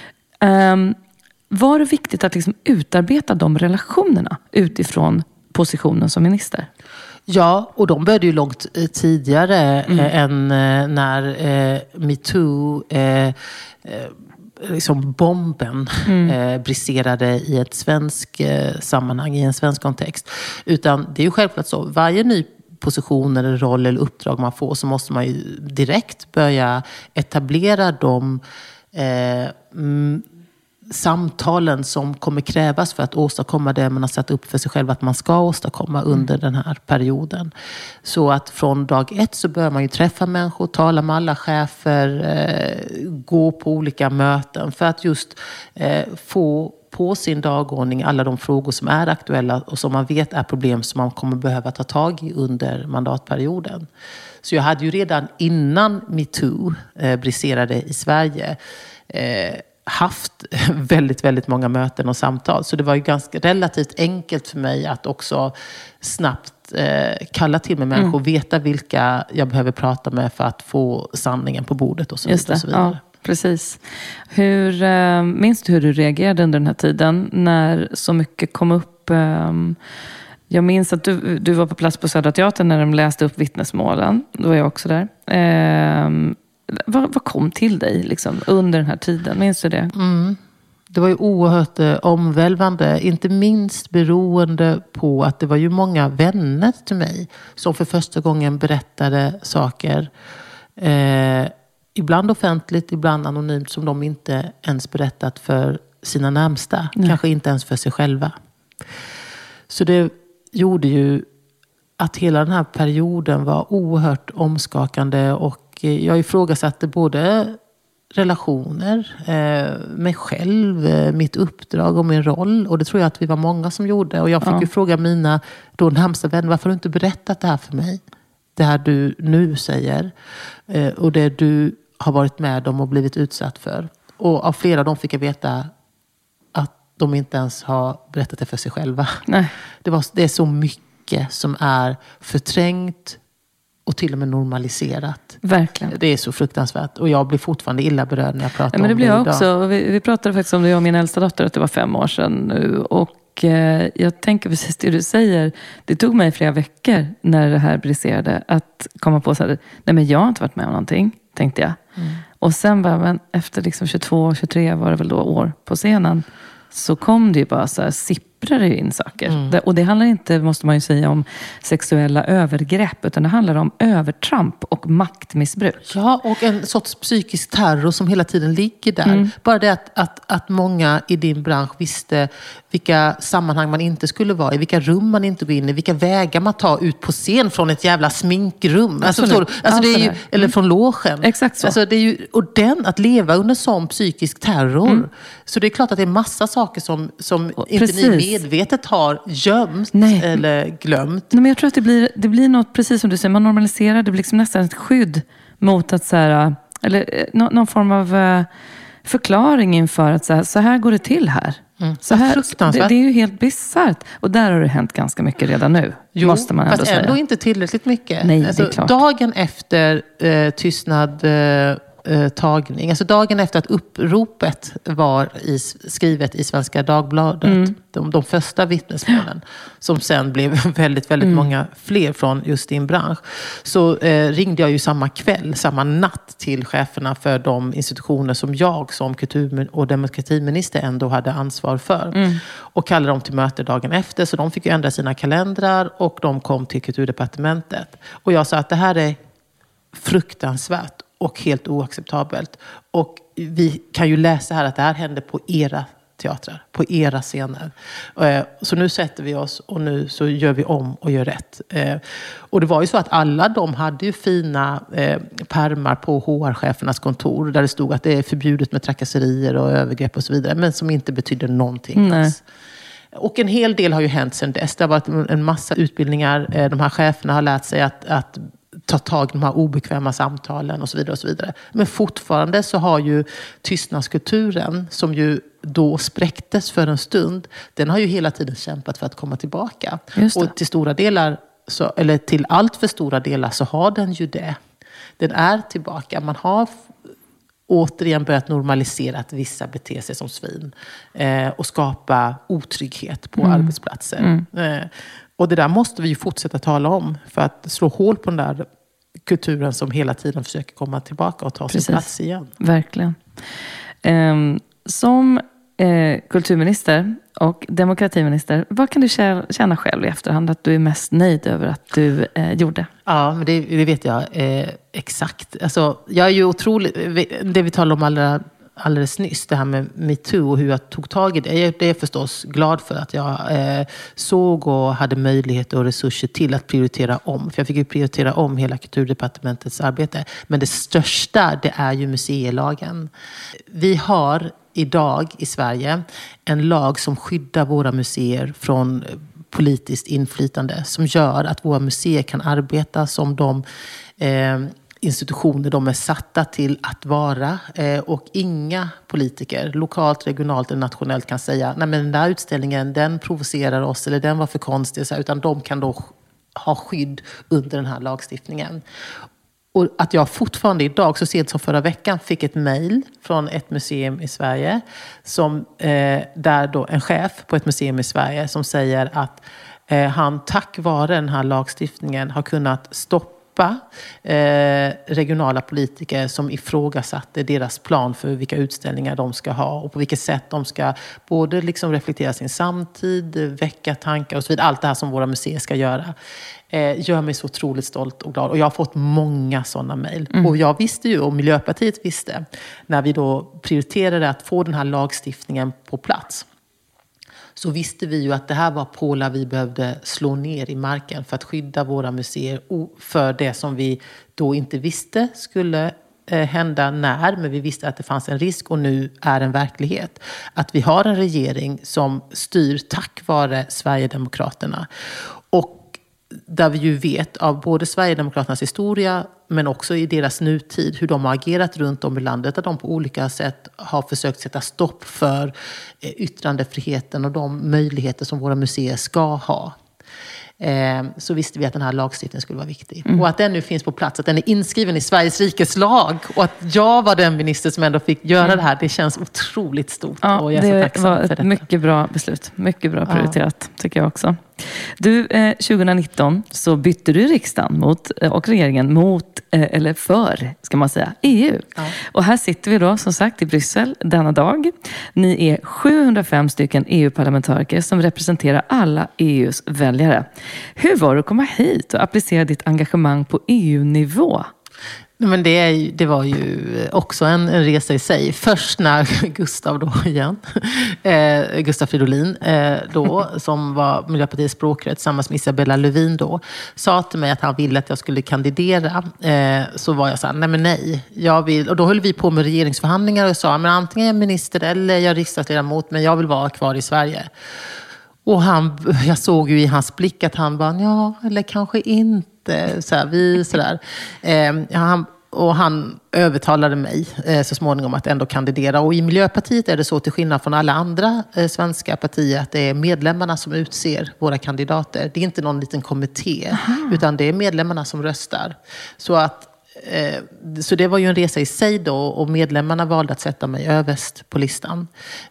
Var det viktigt att liksom utarbeta de relationerna utifrån positionen som minister? Ja, och de började ju långt tidigare än när MeToo, liksom bomben briserade i ett svensk sammanhang, i en svensk kontext. Utan det är ju självklart så, varje ny position eller roll eller uppdrag man får så måste man ju direkt börja etablera de samtalen som kommer krävas för att åstadkomma det man har satt upp för sig själv att man ska åstadkomma under den här perioden. Så att från dag 1 så börjar man ju träffa människor, tala med alla chefer, gå på olika möten för att just få på sin dagordning alla de frågor som är aktuella och som man vet är problem som man kommer behöva ta tag i under mandatperioden. Så jag hade ju redan innan MeToo briserade i Sverige haft väldigt, väldigt många möten och samtal. Så det var ju ganska relativt enkelt för mig att också snabbt kalla till mig människor och veta vilka jag behöver prata med för att få sanningen på bordet och så vidare. Och så vidare. Ja, precis. Minns du hur du reagerade under den här tiden när så mycket kom upp? Jag minns att du var på plats på Södra Teatern när de läste upp vittnesmålen. Då var jag också där. Vad kom till dig liksom, under den här tiden? Minns du det? Det var ju oerhört omvälvande. Inte minst beroende på att det var ju många vänner till mig som för första gången berättade saker. Ibland offentligt, ibland anonymt, som de inte ens berättat för sina närmsta. Kanske inte ens för sig själva. Så det gjorde ju att hela den här perioden var oerhört omskakande, och jag ifrågasatte både relationer, mig själv, mitt uppdrag och min roll. Och det tror jag att vi var många som gjorde. Och jag fick ju fråga mina då närmsta vänner, varför har du inte berättat det här för mig? Det här du nu säger. Och det du har varit med om och blivit utsatt för. Och av flera av dem fick jag veta att de inte ens har berättat det för sig själva. Nej. Det är så mycket som är förträngt och till och med normaliserat. Verkligen. Det är så fruktansvärt. Och jag blir fortfarande illa berörd när jag pratar om det. Men det blir jag idag. också. Vi pratade faktiskt om det, jag och min äldsta dotter, att det var 5 år sedan nu. Och jag tänker precis det du säger. Det tog mig flera veckor när det här briserade att komma på så här, nej men jag har inte varit med om någonting, tänkte jag. Och sen bara, men efter liksom 22-23 var det väl då år på scenen, så kom det ju bara så här, sipprade in saker. Och det handlar inte, måste man ju säga, om sexuella övergrepp, utan det handlar om övertramp och maktmissbruk. Ja, och en sorts psykisk terror som hela tiden ligger där. Bara det att många i din bransch visste vilka sammanhang man inte skulle vara i, vilka rum man inte går in i, vilka vägar man tar ut på scen från ett jävla sminkrum. Alltså det är ju, eller från logen. Exakt så. Alltså det är ju, och att leva under sån psykisk terror. Så det är klart att det är massa saker som inte ni medvetet har gömt eller glömt. Nej, men jag tror att det blir något, precis som du säger, man normaliserar, det blir liksom nästan ett skydd mot att så här, eller någon form av förklaring inför att så här går det till här. Så här, det är ju helt bisarrt. Och där har det hänt ganska mycket redan nu. Jo, måste man ändå fast säga. ändå inte tillräckligt mycket. Nej, alltså, det är klart. Dagen efter tystnad tagning, alltså dagen efter att uppropet var skrivet i Svenska Dagbladet, de första vittnesmålen, som sen blev väldigt, väldigt många fler från just din bransch, så ringde jag ju samma kväll, samma natt till cheferna för de institutioner som jag som kultur- och demokratiminister ändå hade ansvar för. Och kallade dem till möte dagen efter, så de fick ju ändra sina kalendrar och de kom till kulturdepartementet. Och jag sa att det här är fruktansvärt och helt oacceptabelt. Och vi kan ju läsa här att det här hände på era teatrar, på era scener. Så nu sätter vi oss och nu så gör vi om och gör rätt. Och det var ju så att alla de hade ju fina pärmar på HR-chefernas kontor där det stod att det är förbjudet med trakasserier och övergrepp och så vidare, men som inte betyder någonting alls. Och en hel del har ju hänt sedan dess. Det har varit en massa utbildningar. De här cheferna har lärt sig att ta tag i de här obekväma samtalen och så vidare och så vidare. Men fortfarande så har ju tystnadskulturen, som ju då spräcktes för en stund, den har ju hela tiden kämpat för att komma tillbaka. Och till stora delar, eller till allt för stora delar, så har den ju det. Den är tillbaka. Man har återigen börjat normalisera att vissa beter sig som svin och skapa otrygghet på arbetsplatser. Och det där måste vi ju fortsätta tala om för att slå hål på den där kulturen som hela tiden försöker komma tillbaka och ta sin plats igen. Verkligen. Som kulturminister och demokratiminister, vad kan du känna själv i efterhand att du är mest nöjd över att du gjorde? Ja, men det vet jag exakt. Alltså, jag är ju otroligt, det vi talade om alldeles nyss, det här med MeToo och hur jag tog tag i det. Det är förstås glad för att jag såg och hade möjlighet och resurser till att prioritera om. För jag fick ju prioritera om hela kulturdepartementets arbete. Men det största, det är ju museilagen. Vi har idag i Sverige en lag som skyddar våra museer från politiskt inflytande, som gör att våra museer kan arbeta som de institutioner de är satta till att vara, och inga politiker, lokalt, regionalt eller nationellt, kan säga nej, men den där utställningen, den provocerar oss eller den var för konstig, utan de kan då ha skydd under den här lagstiftningen. Och att jag fortfarande idag, så sent som förra veckan, fick ett mejl från ett museum i Sverige, som, där då en chef på ett museum i Sverige som säger att han tack vare den här lagstiftningen har kunnat stoppa regionala politiker som ifrågasatte deras plan för vilka utställningar de ska ha och på vilket sätt de ska både liksom reflektera sin samtid, väcka tankar och så vidare. Allt det här som våra museer ska göra gör mig så otroligt stolt och glad. Och jag har fått många sådana mejl. Och jag visste ju, och Miljöpartiet visste, när vi då prioriterade att få den här lagstiftningen på plats, så visste vi ju att det här var pålar vi behövde slå ner i marken för att skydda våra museer för det som vi då inte visste skulle hända när, men vi visste att det fanns en risk och nu är en verklighet. Att vi har en regering som styr tack vare Sverigedemokraterna. Och där vi ju vet av både Sverigedemokraternas historia men också i deras nutid hur de har agerat runt om i landet, att de på olika sätt har försökt sätta stopp för yttrandefriheten och de möjligheter som våra museer ska ha. Så visste vi att den här lagstiftningen skulle vara viktig. Och att den nu finns på plats, att den är inskriven i Sveriges rikes lag och att jag var den minister som ändå fick göra det här, det känns otroligt stort. Ja, och jag är så tacksam för detta. Det var ett mycket bra beslut. Mycket bra prioriterat, tycker jag också. Du, 2019 så bytte du riksdagen och regeringen mot, eller för, ska man säga, EU. Ja. Och här sitter vi då, som sagt, i Bryssel denna dag. Ni är 705 stycken EU-parlamentariker som representerar alla EUs väljare. Hur var det att komma hit och applicera ditt engagemang på EU-nivå? Men det var ju också en resa i sig. Först när Gustav då igen, Gustav Fridolin då, som var Miljöpartiets språkrör tillsammans med Isabella Lövin då, sa till mig att han ville att jag skulle kandidera. Så var jag så här, nej. Jag vill, och då höll vi på med regeringsförhandlingar och jag sa, men antingen är jag minister eller jag är riksdagsledamot, men jag vill vara kvar i Sverige. Och jag såg ju i hans blick att han bara, ja, eller kanske inte. Han övertalade mig så småningom att ändå kandidera. Och i Miljöpartiet är det så, till skillnad från alla andra svenska partier, att det är medlemmarna som utser våra kandidater. Det är inte någon liten kommitté, utan det är medlemmarna som röstar. Så det var ju en resa i sig då, och medlemmarna valde att sätta mig överst på listan.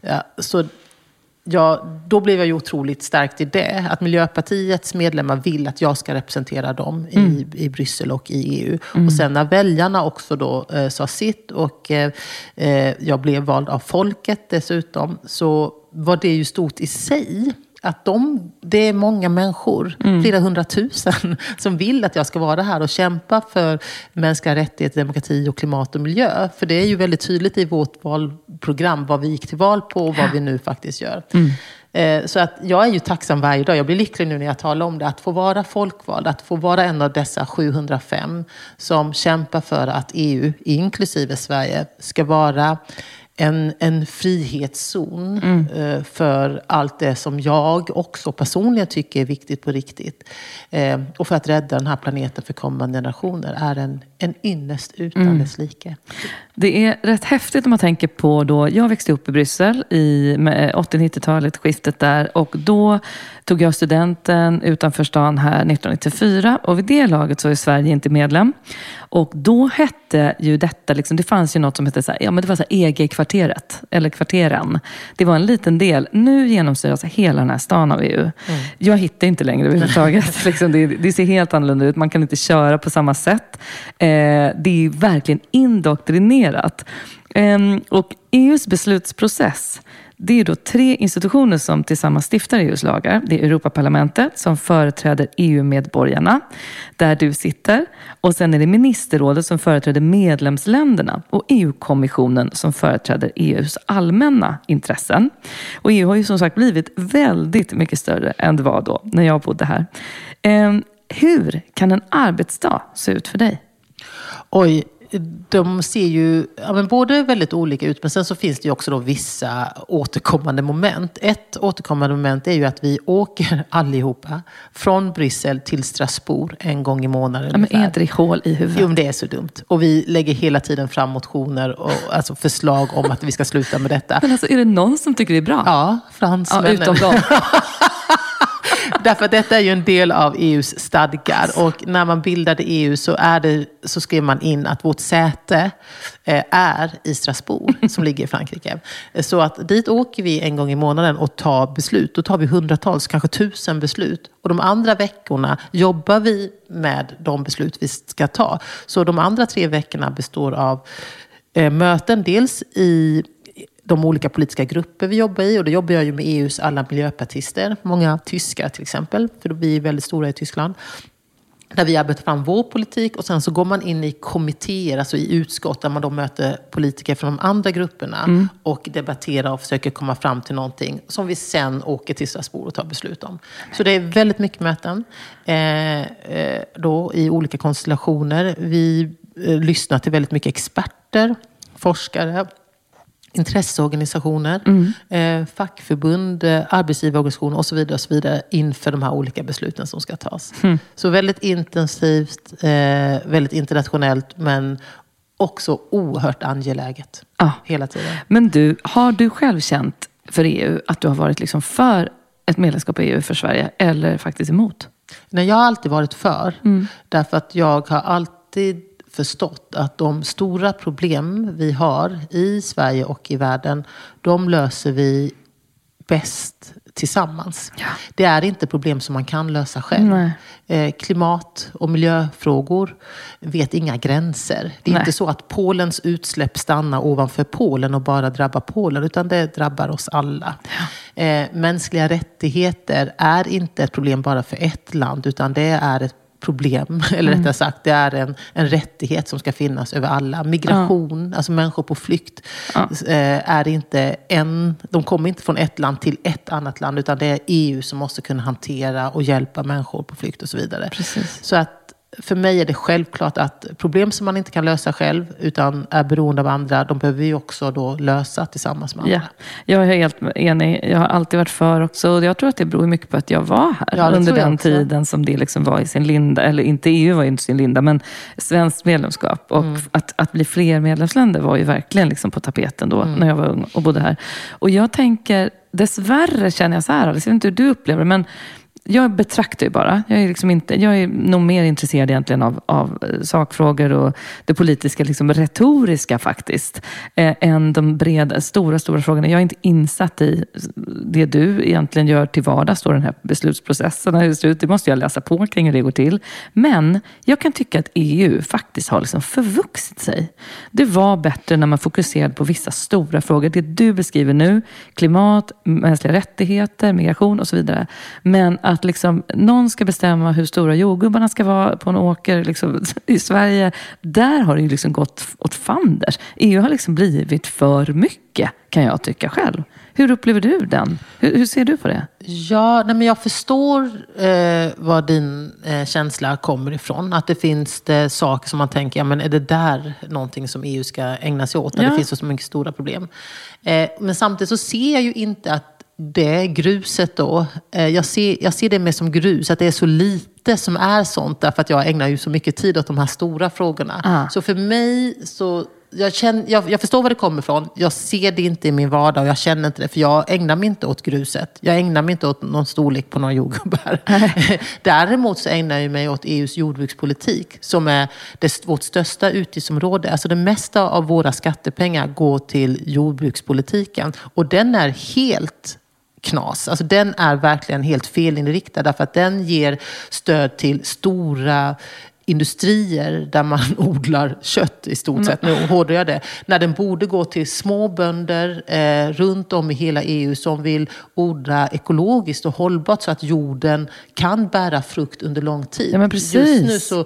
Då blev jag ju otroligt starkt i det. Att Miljöpartiets medlemmar vill att jag ska representera dem i Bryssel och i EU. Och sen när väljarna också då sa sitt och jag blev vald av folket dessutom, så var det ju stort i sig det är många människor, flera 100,000, som vill att jag ska vara här och kämpa för mänskliga rättigheter, demokrati och klimat och miljö. För det är ju väldigt tydligt i vårt valprogram vad vi gick till val på och vad vi nu faktiskt gör. Så att jag är ju tacksam varje dag. Jag blir lycklig nu när jag talar om det. Att få vara folkvald, att få vara en av dessa 705 som kämpar för att EU, inklusive Sverige, ska vara en frihetszon för allt det som jag också personligen tycker är viktigt på riktigt. Och för att rädda den här planeten för kommande generationer är en ynnest utan dess like. Det är rätt häftigt om man tänker på då, jag växte upp i Bryssel med 80-90-talet, skiftet där, och då tog jag studenten utanför stan här 1994, och vid det laget så är Sverige inte medlem. Och då hette ju detta, liksom, det fanns ju något som hette så här, ja men det var så här EG-kvarteret, eller kvarteren. Det var en liten del. Nu genomsyras hela den här stan av EU. Jag hittar inte längre överhuvudtaget. Liksom, det ser helt annorlunda ut. Man kan inte köra på samma sätt. Det är verkligen indoktrinerat. Och EUs beslutsprocess, det är då 3 institutioner som tillsammans stiftar EUs lagar. Det är Europaparlamentet som företräder EU-medborgarna, där du sitter. Och sen är det ministerrådet som företräder medlemsländerna. Och EU-kommissionen som företräder EUs allmänna intressen. Och EU har ju som sagt blivit väldigt mycket större än det var då när jag bodde här. Hur kan en arbetsdag se ut för dig? Oj, de ser ju både väldigt olika ut, men sen så finns det ju också då vissa återkommande moment. Ett återkommande moment är ju att vi åker allihopa från Bryssel till Strasbourg en gång i månaden. Ja, men är inte det hål i huvudet? Jo, men det är så dumt. Och vi lägger hela tiden fram motioner och alltså förslag om att vi ska sluta med detta. Men alltså, är det någon som tycker det är bra? Ja, fransmännen. Ja, utom dem. Därför att detta är ju en del av EUs stadgar, och när man bildade EU så skrev man in att vårt säte är i Strasbourg som ligger i Frankrike. Så att dit åker vi en gång i månaden och tar beslut. Då tar vi hundratals, kanske 1000 beslut. Och de andra veckorna jobbar vi med de beslut vi ska ta. Så de andra 3 veckorna består av möten, dels i de olika politiska grupper vi jobbar i, och då jobbar jag ju med EUs alla miljöpartister, många tyskar till exempel, för vi är väldigt stora i Tyskland, där vi arbetar fram vår politik, och sen så går man in i kommittéer, alltså i utskott, där man då möter politiker från de andra grupperna och debatterar och försöker komma fram till någonting som vi sen åker till Strasbourg och tar beslut om. Så det är väldigt mycket möten då i olika konstellationer. Vi lyssnar till väldigt mycket experter, forskare, intresseorganisationer, fackförbund, arbetsgivarorganisationer och så vidare inför de här olika besluten som ska tas. Så väldigt intensivt, väldigt internationellt, men också oerhört angeläget hela tiden. Men har du själv känt för EU att du har varit liksom för ett medlemskap i EU för Sverige, eller faktiskt emot? Nej, jag har alltid varit för. Därför att jag har alltid förstått att de stora problem vi har i Sverige och i världen, de löser vi bäst tillsammans. Ja. Det är inte problem som man kan lösa själv. Klimat- och miljöfrågor vet inga gränser. Det är inte så att Polens utsläpp stannar ovanför Polen och bara drabbar Polen, utan det drabbar oss alla. Ja. Mänskliga rättigheter är inte ett problem bara för ett land, utan det är ett problem, eller rättare sagt, det är en rättighet som ska finnas över alla. Migration, alltså människor på flykt, är inte de kommer inte från ett land till ett annat land, utan det är EU som måste kunna hantera och hjälpa människor på flykt och så vidare. Precis. Så att för mig är det självklart att problem som man inte kan lösa själv utan är beroende av andra, de behöver vi också då lösa tillsammans med andra. Ja, jag är helt enig. Jag har alltid varit för också. Och jag tror att det beror mycket på att jag var här under den tiden som det liksom var i sin linda. Eller inte EU var ju inte sin linda, men svenskt medlemskap. Och att bli fler medlemsländer var ju verkligen liksom på tapeten då när jag var ung och bodde här. Och jag tänker, dessvärre känner jag så här, jag vet inte hur du upplever det, men jag betraktar ju bara. Jag är nog mer intresserad egentligen av sakfrågor och det politiska, liksom retoriska faktiskt, än de breda, stora frågorna. Jag är inte insatt i det du egentligen gör till vardags, då, den här beslutsprocessen. Det måste jag läsa på kring hur det går till. Men jag kan tycka att EU faktiskt har liksom förvuxit sig. Det var bättre när man fokuserade på vissa stora frågor. Det du beskriver nu, klimat, mänskliga rättigheter, migration och så vidare. Men att liksom någon ska bestämma hur stora jordgubbarna ska vara på en åker liksom, i Sverige, där har det ju liksom gått åt fanders. EU har liksom blivit för mycket, kan jag tycka själv. Hur upplever du den? Hur ser du på det? Ja, men jag förstår var din känsla kommer ifrån. Att det finns saker som man tänker, ja, men är det där någonting som EU ska ägna sig åt? När det finns så mycket stora problem. Men samtidigt så ser jag ju inte att det gruset då, jag ser det mer som grus, att det är så lite som är sånt, därför att jag ägnar ju så mycket tid åt de här stora frågorna. Så för mig så, jag förstår var det kommer ifrån. Jag ser det inte i min vardag och jag känner inte det, för jag ägnar mig inte åt gruset. Jag ägnar mig inte åt någon storlek på några jordgubbar. Däremot så ägnar jag mig åt EUs jordbrukspolitik, som är vårt största utgiftsområde. Alltså det mesta av våra skattepengar går till jordbrukspolitiken, och den är helt knas. Alltså den är verkligen helt felinriktad, därför att den ger stöd till stora industrier där man odlar kött i stort sett. Nu hårdrar jag det. När den borde gå till småbönder runt om i hela EU som vill odla ekologiskt och hållbart, så att jorden kan bära frukt under lång tid. Ja, men precis. Just nu så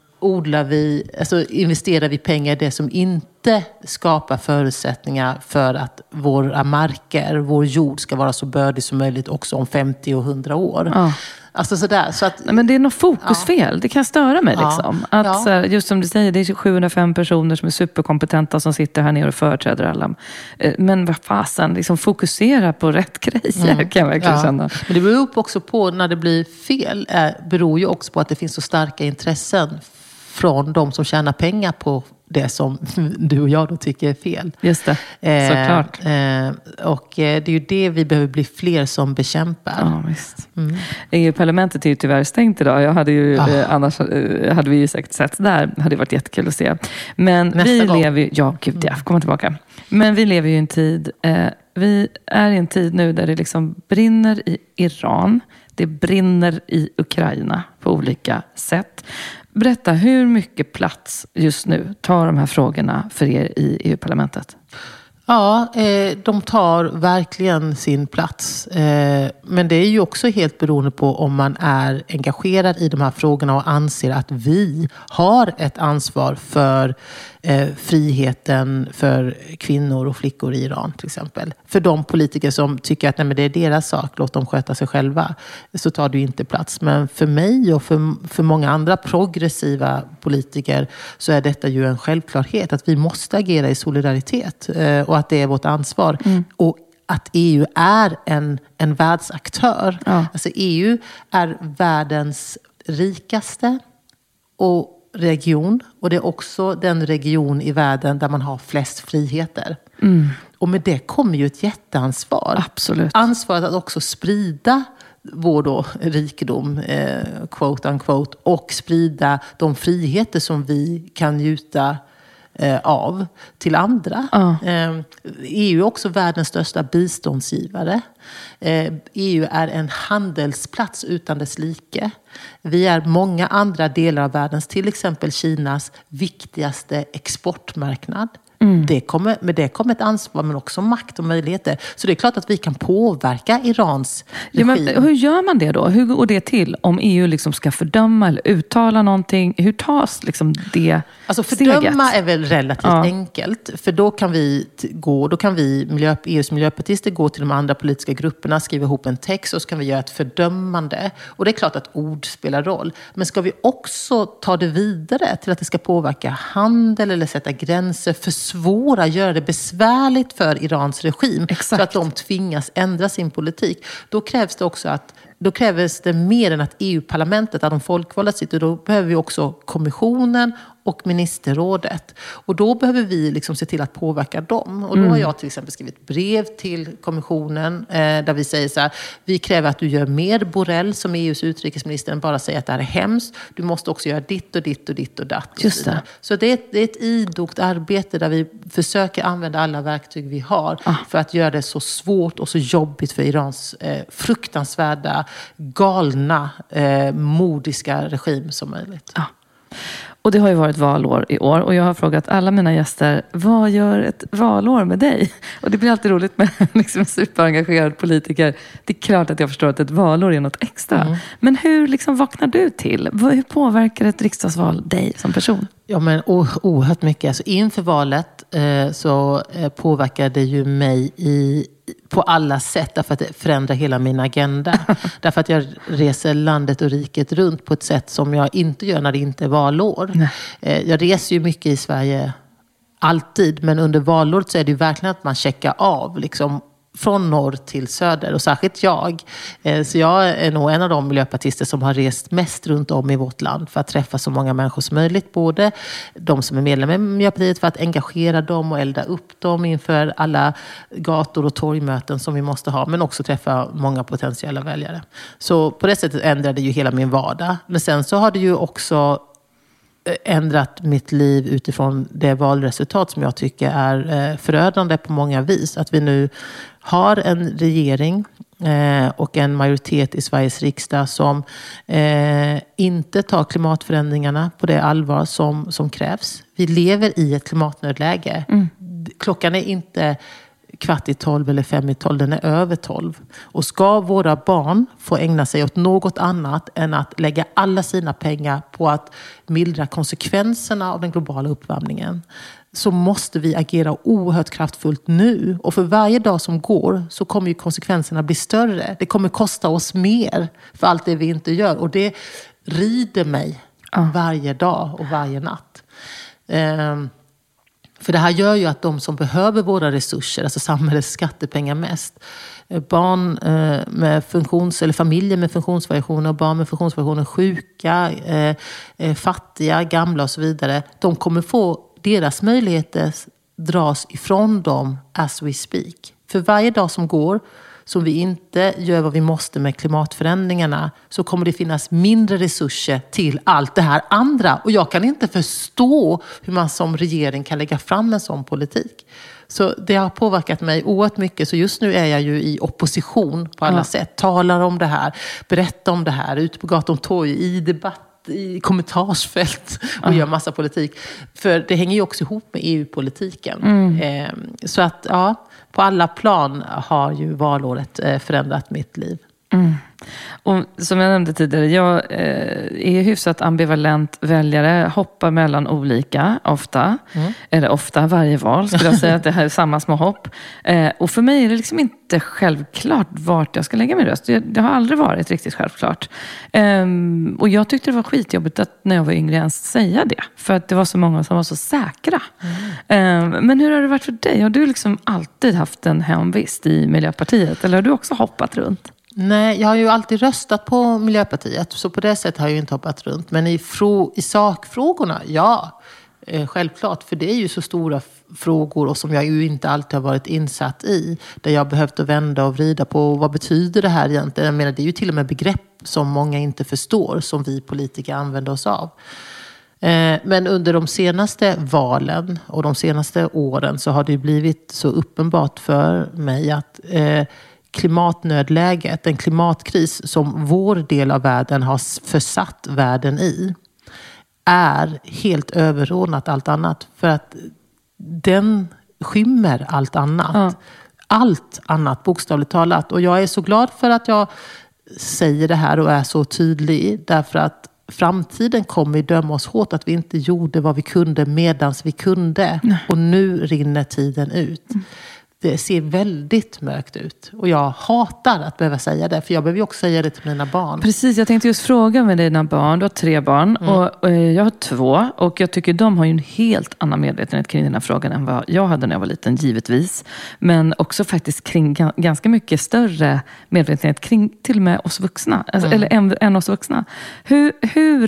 investerar vi pengar i det som inte skapar förutsättningar för att våra marker, vår jord ska vara så bördig som möjligt också om 50 och 100 år. Ja. Alltså sådär, så att, nej, men det är något fokusfel. Det kan störa mig liksom. Att, så här, just som du säger, det är 705 personer som är superkompetenta som sitter här nere och företräder alla. Men vad fasen, liksom fokusera på rätt grejer, kan jag verkligen känna. Men det beror också på, när det blir fel, beror ju också på att det finns så starka intressen från de som tjänar pengar på det som du och jag då tycker är fel. Just det, såklart. Och det är ju det vi behöver bli fler som bekämpar. Ja, visst. EU-parlamentet är ju tyvärr stängt idag. Jag hade ju, annars hade vi ju säkert sett där. Det hade varit jättekul att se. Men vi lever ju, kommer tillbaka. Men vi lever ju i en tid, vi är i en tid nu där det liksom brinner i Iran. Det brinner i Ukraina på olika sätt. Berätta, hur mycket plats just nu tar de här frågorna för er i EU-parlamentet? Ja, de tar verkligen sin plats. Men det är ju också helt beroende på om man är engagerad i de här frågorna och anser att vi har ett ansvar för friheten för kvinnor och flickor i Iran till exempel. För de politiker som tycker att nej, men det är deras sak, låt dem sköta sig själva, så tar det ju inte plats. Men för mig och för många andra progressiva politiker så är detta ju en självklarhet, att vi måste agera i solidaritet och att det är vårt ansvar. Och att EU är en världsaktör. Alltså EU är världens rikaste region, och det är också den region i världen där man har flest friheter. Och med det kommer ju ett jätteansvar. Absolut. Ansvaret att också sprida vår då rikedom, quote unquote, och sprida de friheter som vi kan njuta av till andra. EU är också världens största biståndsgivare. EU är en handelsplats utan dess like. Vi är många andra delar av världens, till exempel Kinas viktigaste exportmarknad. Det kommer ett ansvar, men också makt och möjligheter. Så det är klart att vi kan påverka Irans regim. Men hur gör man det då? Hur går det till om EU liksom ska fördöma eller uttala någonting? Hur tas liksom det fördöma steget? är väl relativt enkelt. För då kan EUs miljöpartister gå till de andra politiska grupperna, skriva ihop en text, och så kan vi göra ett fördömande. Och det är klart att ord spelar roll. Men ska vi också ta det vidare till att det ska påverka handel eller sätta gränser, försvåra, göra det besvärligt för Irans regim. Exakt. Så att de tvingas ändra sin politik. Då krävs det mer än att EU-parlamentet, där de folkvalda sitter. Då behöver vi också kommissionen och ministerrådet. Och då behöver vi liksom se till att påverka dem. Och då har jag till exempel skrivit brev till kommissionen där vi säger så här: vi kräver att du gör mer Borrell som EUs utrikesminister än bara säga att det här är hemskt. Du måste också göra ditt och ditt och ditt och datt. Just det. Så det är ett idogt arbete där vi försöker använda alla verktyg vi har för att göra det så svårt och så jobbigt för Irans fruktansvärda, galna, modiska regim som möjligt. Ja. Och det har ju varit valår i år och jag har frågat alla mina gäster, vad gör ett valår med dig? Och det blir alltid roligt med liksom en superengagerad politiker. Det är klart att jag förstår att ett valår är något extra. Men hur liksom vaknar du till? Hur påverkar ett riksdagsval dig som person? Ja, men oerhört mycket. Alltså, inför valet så påverkar det ju mig på alla sätt, därför att det förändrar hela min agenda. Därför att jag reser landet och riket runt på ett sätt som jag inte gör när det inte är valår. Jag reser ju mycket i Sverige alltid, men under valåret så är det ju verkligen att man checkar av liksom från norr till söder, och särskilt jag. Så jag är nog en av de miljöpartister som har rest mest runt om i vårt land för att träffa så många människor som möjligt. Både de som är medlemmar i Miljöpartiet, för att engagera dem och elda upp dem inför alla gator och torgmöten som vi måste ha, men också träffa många potentiella väljare. Så på det sättet ändrade ju hela min vardag. Men sen så har det ju också ändrat mitt liv utifrån det valresultat som jag tycker är förödande på många vis. Att vi nu har en regering och en majoritet i Sveriges riksdag som inte tar klimatförändringarna på det allvar som krävs. Vi lever i ett klimatnödläge. Klockan är inte 11:15 eller 11:55, den är över 12. Och ska våra barn få ägna sig åt något annat än att lägga alla sina pengar på att mildra konsekvenserna av den globala uppvärmningen, så måste vi agera oerhört kraftfullt nu. Och för varje dag som går så kommer ju konsekvenserna bli större. Det kommer kosta oss mer för allt det vi inte gör. Och det rider mig varje dag och varje natt. För det här gör ju att de som behöver våra resurser, alltså samhällets skattepengar mest, barn med eller familjer med funktionsvariationer, barn med funktionsvariationer, sjuka, fattiga, gamla och så vidare, de kommer få deras möjligheter dras ifrån dem as we speak. För varje dag som går som vi inte gör vad vi måste med klimatförändringarna, så kommer det finnas mindre resurser till allt det här andra. Och jag kan inte förstå hur man som regering kan lägga fram en sån politik. Så det har påverkat mig oerhört mycket. Så just nu är jag ju i opposition på alla sätt. Talar om det här, berättar om det här, ute på gator och torg, i debatt, i kommentarsfält och gör massa politik. För det hänger ju också ihop med EU-politiken. Så att på alla plan har ju valåret förändrat mitt liv. Och som jag nämnde tidigare, jag är hyfsat ambivalent väljare, hoppar mellan olika ofta, eller ofta varje val skulle jag säga, att det här är samma små hopp. Och för mig är det liksom inte självklart vart jag ska lägga min röst. Det har aldrig varit riktigt självklart. Och jag tyckte det var skitjobbigt att när jag var yngre ens säga det, för att det var så många som var så säkra. Men hur har det varit för dig? Har du liksom alltid haft en hemvist i Miljöpartiet, eller har du också hoppat runt? Nej, jag har ju alltid röstat på Miljöpartiet, så på det sättet har jag ju inte hoppat runt. Men i sakfrågorna, självklart. För det är ju så stora frågor och som jag ju inte alltid har varit insatt i. Där jag behövt att vända och vrida på vad betyder det här egentligen. Jag menar, det är ju till och med begrepp som många inte förstår, som vi politiker använder oss av. Men under de senaste valen och de senaste åren så har det blivit så uppenbart för mig att klimatnödläget, en klimatkris som vår del av världen har försatt världen i, är helt överordnat allt annat. För att den skymmer allt annat. Allt annat, bokstavligt talat. Och jag är så glad för att jag säger det här och är så tydlig. Därför att framtiden kommer döma oss hårt att vi inte gjorde vad vi kunde medans vi kunde. Och nu rinner tiden ut. Det ser väldigt mörkt ut. Och jag hatar att behöva säga det. För jag behöver ju också säga det till mina barn. Precis, jag tänkte just fråga med dina barn. Du har 3 barn och jag har 2. Och jag tycker de har ju en helt annan medvetenhet kring den här frågan än vad jag hade när jag var liten, givetvis. Men också faktiskt kring ganska mycket större medvetenhet kring till och med oss vuxna. Alltså, eller än oss vuxna. Hur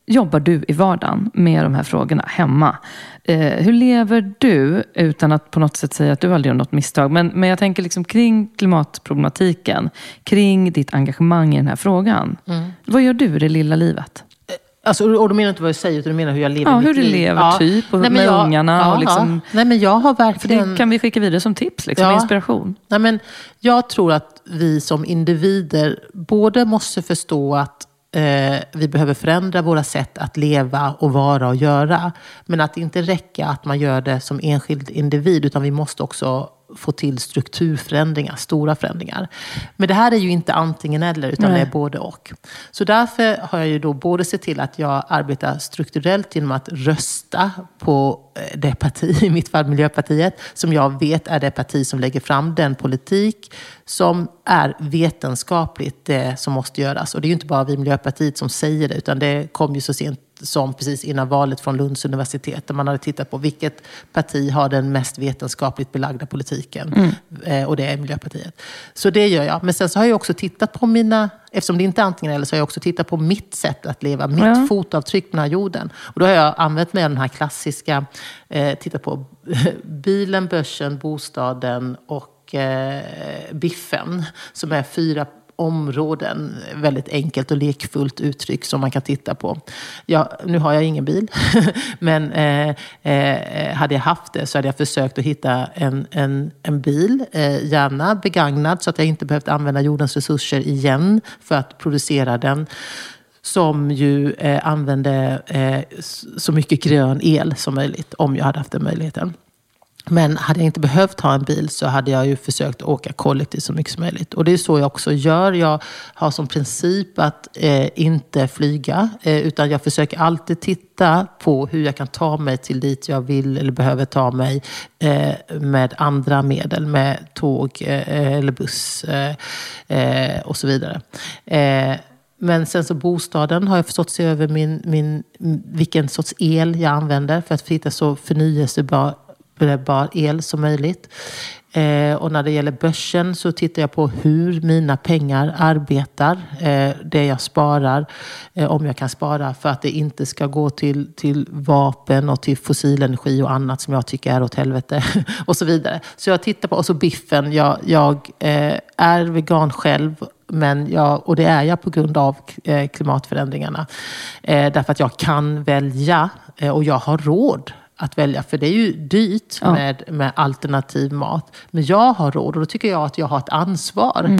jobbar du i vardagen med de här frågorna hemma? Hur lever du utan att på något sätt säga att du aldrig gör något misstag? Men jag tänker liksom kring klimatproblematiken, kring ditt engagemang i den här frågan. Vad gör du i det lilla livet? Alltså, och du menar inte vad jag säger, utan du menar hur jag lever mitt hur du liv. lever typ, och med ungarna. Och liksom, Nej, men jag har verkligen... För det kan vi skicka vidare som tips, liksom, inspiration. Nej, men jag tror att vi som individer både måste förstå att vi behöver förändra våra sätt att leva och vara och göra. Men att det inte räcker att man gör det som enskild individ, utan vi måste också få till strukturförändringar, stora förändringar. Men det här är ju inte antingen eller, utan det är både och. Så därför har jag ju då både sett till att jag arbetar strukturellt genom att rösta på det parti, i mitt fall Miljöpartiet, som jag vet är det parti som lägger fram den politik som är vetenskapligt det som måste göras. Och det är ju inte bara vi Miljöpartiet som säger det, utan det kom ju så sent som precis innan valet från Lunds universitet, där man hade tittat på vilket parti har den mest vetenskapligt belagda politiken. Och det är Miljöpartiet. Så det gör jag. Men sen så har jag också tittat på eftersom det inte är antingen eller, så har jag också tittat på mitt sätt att leva, mitt fotavtryck på den här jorden. Och då har jag använt mig av den här klassiska, tittat på bilen, börsen, bostaden och biffen, som är 4 områden, väldigt enkelt och lekfullt uttryck som man kan titta på. Nu har jag ingen bil, men hade jag haft det så hade jag försökt att hitta en bil, gärna begagnad, så att jag inte behövt använda jordens resurser igen för att producera den, som ju använde så mycket grön el som möjligt, om jag hade haft den möjligheten. Men hade jag inte behövt ha en bil så hade jag ju försökt åka kollektivt så mycket som möjligt. Och det är så jag också gör. Jag har som princip att inte flyga. Utan jag försöker alltid titta på hur jag kan ta mig till dit jag vill eller behöver ta mig med andra medel. Med tåg eller buss och så vidare. Men sen så bostaden har jag förstått se över vilken sorts el jag använder för att hitta så förnyelsebar el som möjligt. Och när det gäller börsen så tittar jag på hur mina pengar arbetar. Det jag sparar, om jag kan spara, för att det inte ska gå till vapen och till fossil energi och annat som jag tycker är åt helvete. Och så vidare. Så jag tittar på, och så biffen. Jag är vegan själv. Och det är jag på grund av klimatförändringarna. Därför att jag kan välja och jag har råd att välja, för det är ju dyrt med alternativ mat. Men jag har råd, och då tycker jag att jag har ett ansvar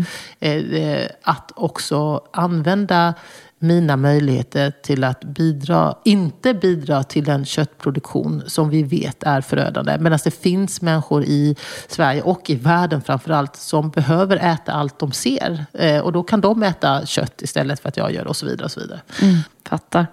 att också använda mina möjligheter till att inte bidra till en köttproduktion som vi vet är förödande. Medan det finns människor i Sverige och i världen framförallt som behöver äta allt de ser. Och då kan de äta kött istället för att jag gör, och så vidare och så vidare. Fattar.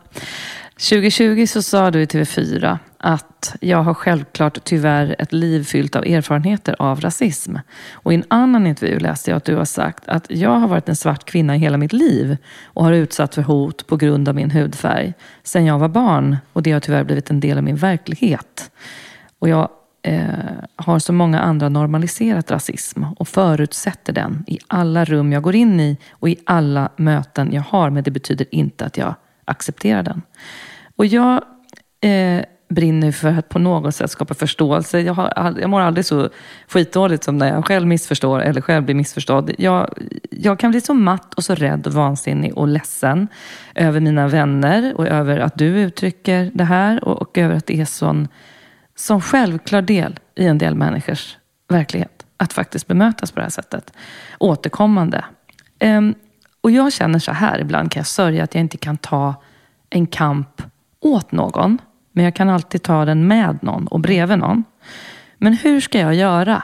2020 så sa du i TV4 att jag har självklart tyvärr ett liv fyllt av erfarenheter av rasism. Och i en annan intervju läste jag att du har sagt att jag har varit en svart kvinna i hela mitt liv och har utsatts för hot på grund av min hudfärg sedan jag var barn. Och det har tyvärr blivit en del av min verklighet. Och jag har som många andra normaliserat rasism och förutsätter den i alla rum jag går in i och i alla möten jag har. Men det betyder inte att jag accepterar den. Och jag brinner för att på något sätt skapa förståelse. Jag mår aldrig så skitdåligt som när jag själv missförstår eller själv blir missförstådd. Jag kan bli så matt och så rädd och vansinnig och ledsen över mina vänner och över att du uttrycker det här och över att det är sån självklar del i en del människors verklighet att faktiskt bemötas på det här sättet återkommande. Och jag känner så här, ibland kan jag sörja att jag inte kan ta en kamp åt någon. Men jag kan alltid ta den med någon och bredvid någon. Men hur ska jag göra?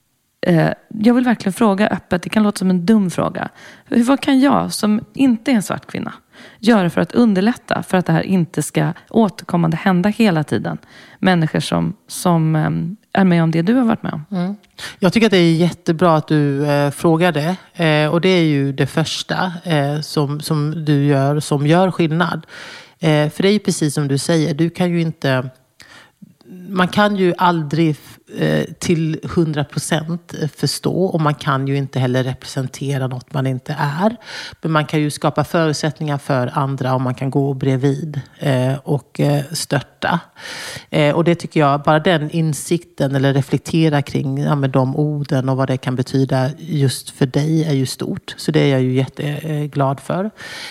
Jag vill verkligen fråga öppet, det kan låta som en dum fråga. Vad kan jag som inte är en svart kvinna göra för att underlätta för att det här inte ska återkommande hända hela tiden? Människor som är med om det du har varit med om. Jag tycker att det är jättebra att du frågar det. Och det är ju det första som du gör som gör skillnad. För det är ju precis som du säger, man kan ju aldrig till 100% förstå, och man kan ju inte heller representera något man inte är. Men man kan ju skapa förutsättningar för andra, och man kan gå bredvid och stötta. Och det tycker jag, bara den insikten eller reflektera kring med de orden och vad det kan betyda just för dig är ju stort. Så det är jag ju jätteglad för.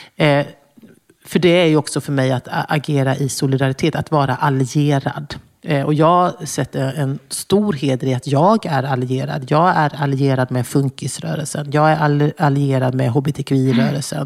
För det är ju också för mig att agera i solidaritet, att vara allierad. Och jag sätter en stor heder i att jag är allierad. Jag är allierad med funkisrörelsen. Jag är allierad med hbtqi-rörelsen.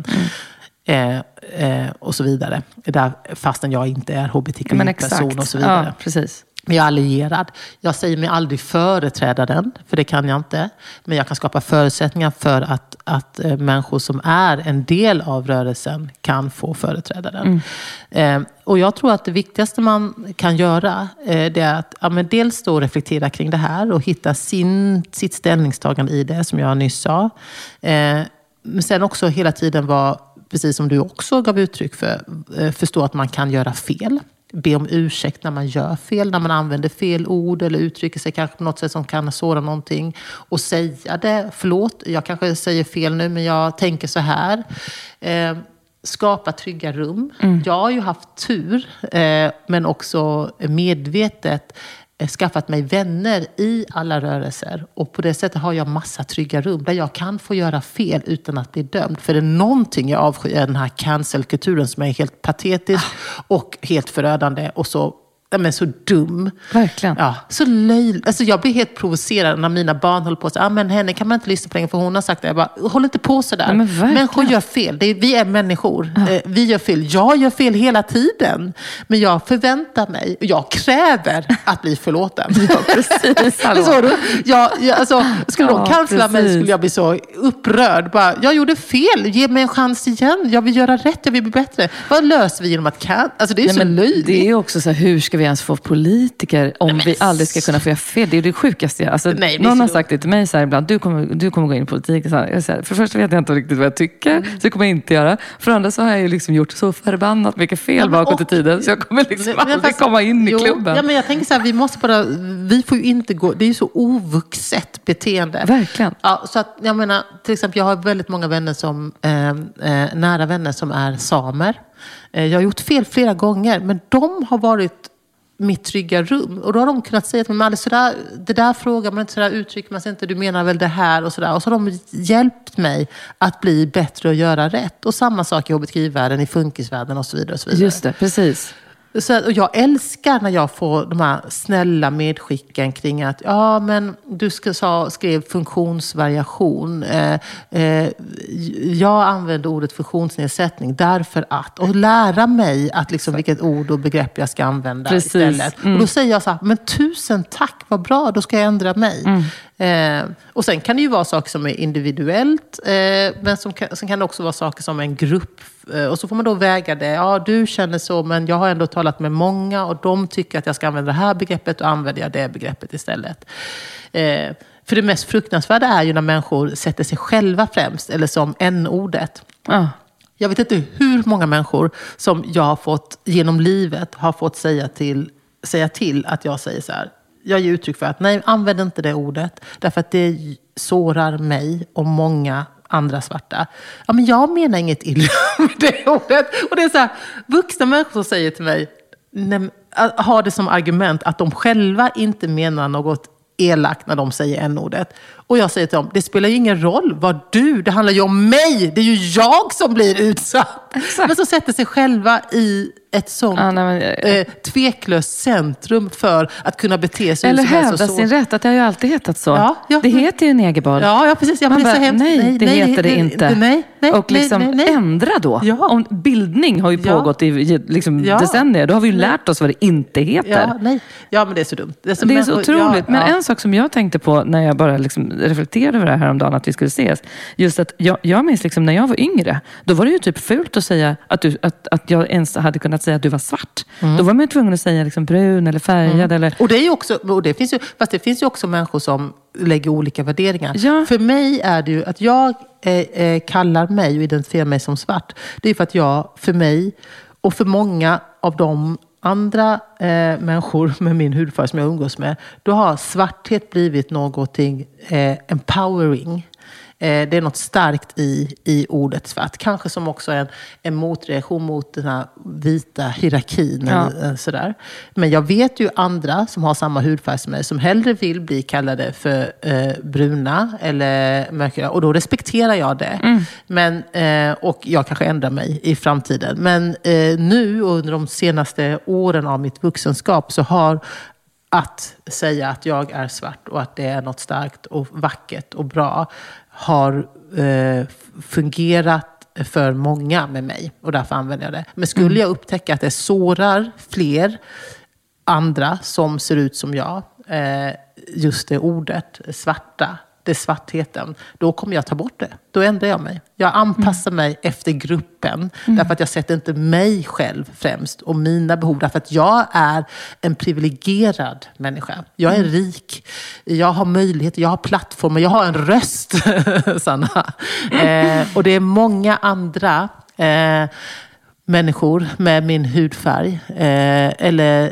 Och så vidare. Fastän jag inte är hbtqi-person och så vidare. Ja, precis. Men jag är allierad. Jag säger mig aldrig företräda den, för det kan jag inte. Men jag kan skapa förutsättningar för att människor som är en del av rörelsen kan få företräda den. Och jag tror att det viktigaste man kan göra det är att dels då reflektera kring det här och hitta sitt ställningstagande i det, som jag nyss sa. Men sen också hela tiden vara, precis som du också gav uttryck för, förstå att man kan göra fel. Be om ursäkt när man gör fel, när man använder fel ord eller uttrycker sig kanske på något sätt som kan såra någonting. Och säga det, förlåt, jag kanske säger fel nu, men jag tänker så här. Skapa trygga rum. Jag har ju haft tur, men också medvetet skaffat mig vänner i alla rörelser. Och på det sättet har jag massa trygga rum där jag kan få göra fel utan att bli dömd. För det är någonting jag avskyr, den här cancel-kulturen som är helt patetisk och helt förödande och så dum. Verkligen. Ja, så löjligt. Alltså jag blir helt provocerad när mina barn håller på så men henne kan man inte lyssna på längre för hon har sagt det. Jag bara, håll inte på så där. Människor gör fel. Vi är människor. Vi gör fel. Jag gör fel hela tiden. Men jag förväntar mig och jag kräver att bli förlåten. Ja, precis. Skulle de kansla mig skulle jag bli så upprörd. Bara, jag gjorde fel. Ge mig en chans igen. Jag vill göra rätt. Jag vill bli bättre. Vad löser vi genom att alltså det är så löjligt. Det är också så här, hur ska vi ens få politiker om vi aldrig ska kunna få göra fel? Det är ju det sjukaste. Alltså, någon har sagt det till mig så här ibland, du kommer gå in i politik. Så här, för det första vet jag inte riktigt vad jag tycker, så det kommer jag inte göra. För andra så har jag ju liksom gjort så förbannat mycket fel bakåt i tiden, så jag kommer liksom aldrig komma in i klubben. Ja, men jag tänker så här, vi får ju inte gå, det är ju så ovuxet beteende. Verkligen. Ja, så att, jag menar, till exempel, jag har väldigt många vänner som, nära vänner som är samer. Jag har gjort fel flera gånger, men de har varit mitt trygga rum. Och då har de kunnat säga att man sådär, det där frågar man inte, sådär uttrycker man sig inte, du menar väl det här och sådär. Och så har de hjälpt mig att bli bättre och göra rätt. Och samma sak i hbtqi-världen, i funkisvärlden och så vidare och så vidare. Just det, precis. Och jag älskar när jag får de här snälla medskicken kring att men du skrev funktionsvariation. Jag använder ordet funktionsnedsättning därför att, och lära mig att liksom vilket ord och begrepp jag ska använda istället. Och då säger jag så här, men tusen tack, vad bra, då ska jag ändra mig. Och sen kan det ju vara saker som är individuellt, men sen kan det också vara saker som en grupp. Och så får man då väga det. Ja, du känner så, men jag har ändå talat med många och de tycker att jag ska använda det här begreppet och använder jag det begreppet istället. För det mest fruktansvärda är ju när människor sätter sig själva främst, eller som n-ordet. Jag vet inte hur många människor som jag har fått genom livet har fått säga till att jag säger så här. Jag ger uttryck för att nej, använd inte det ordet. Därför att det sårar mig och många andra svarta. Ja, men jag menar inget illa med det ordet. Och det är så här, vuxna människor som säger till mig, har det som argument att de själva inte menar något elakt när de säger n-ordet. Och jag säger till dem, det spelar ju ingen roll vad det handlar ju om mig. Det är ju jag som blir utsatt. Exakt. Men så sätter sig själva i ett sånt tveklöst centrum för att kunna bete sig. Eller hävda sin rätt, att det har ju alltid hetat så. Det heter ju negerboll. Ja, precis. Man bara, nej, det heter det inte. Nej, och liksom ändra då. Ja. Om bildning har ju pågått i liksom decennier. Då har vi ju lärt oss vad det inte heter. Ja, men det är så dumt. Det är så otroligt. Men en sak som jag tänkte på när jag bara liksom reflekterade över det här häromdagen, att vi skulle ses. Just att jag minns liksom när jag var yngre, då var det ju typ fult att säga att jag ens hade kunnat säga att du var svart. Då var man ju tvungen att säga liksom brun eller färgad. Eller... Och det är ju också, fast det finns ju också människor som lägger olika värderingar. Ja. För mig är det ju att jag kallar mig och identifierar mig som svart. Det är för att jag, för mig och för många av dem andra människor med min hudfärg som jag umgås med, då har svarthet blivit någonting empowering. Det är något starkt i ordet svart. Kanske som också en motreaktion mot den här vita hierarkin. Eller sådär. Men jag vet ju andra som har samma hudfärg som mig som hellre vill bli kallade för bruna eller mörkare. Och då respekterar jag det. Men, och jag kanske ändrar mig i framtiden. Men nu under de senaste åren av mitt vuxenskap så har att säga att jag är svart och att det är något starkt och vackert och bra har fungerat för många med mig. Och därför använder jag det. Men skulle jag upptäcka att det sårar fler andra som ser ut som jag, just det ordet, svarta, det svartheten, då kommer jag ta bort det. Då ändrar jag mig. Jag anpassar mig efter gruppen. Därför att jag sätter inte mig själv främst och mina behov. Därför att jag är en privilegierad människa. Jag är rik. Jag har möjligheter. Jag har plattformar. Jag har en röst, Sanna. Och det är många andra människor med min hudfärg eller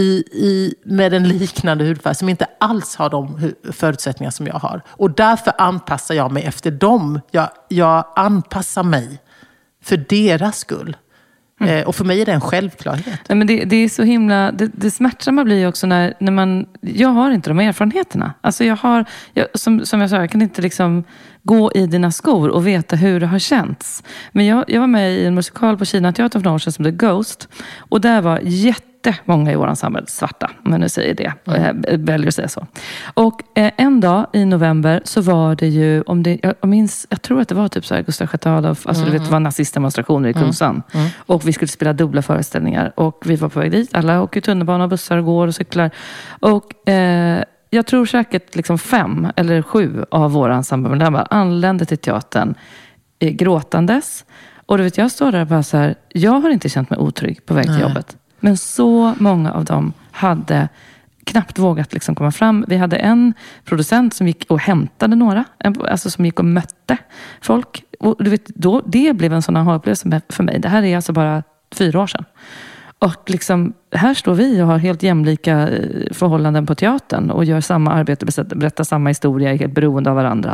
med en liknande hudfärg som inte alls har de förutsättningar som jag har. Och därför anpassar jag mig efter dem. Jag anpassar mig för deras skull. Och för mig är det en självklarhet. Nej, men det är så himla... Det smärtsamma blir ju också när man... Jag har inte de erfarenheterna. Alltså som jag sa, jag kan inte liksom gå i dina skor och veta hur det har känts. Men jag var med i en musikal på Kinateatern för några år sedan som The Ghost. Och där var jättemånga i våran samhälle svarta, om jag nu säger det. Jag väljer att säga så. Och en dag i november så var det ju, jag tror att det var typ så här Gustav VI Adolf, alltså du vet, det var nazistdemonstrationer i Kungsan. Och vi skulle spela dubbla föreställningar. Och vi var på väg dit. Alla åker tunnelbana, bussar, går och cyklar. Och jag tror säkert liksom 5 eller 7 av våra ensemblemedlemmar anlände till teatern gråtandes. Och du vet, jag står där och bara så här, jag har inte känt mig otrygg på väg till jobbet. Men så många av dem hade knappt vågat liksom komma fram. Vi hade en producent som gick och hämtade några. Alltså som gick och mötte folk. Och du vet, det blev en sån här upplevelse för mig. Det här är alltså bara 4 år sedan. Och liksom, här står vi och har helt jämlika förhållanden på teatern. Och gör samma arbete, berättar samma historia, är helt beroende av varandra.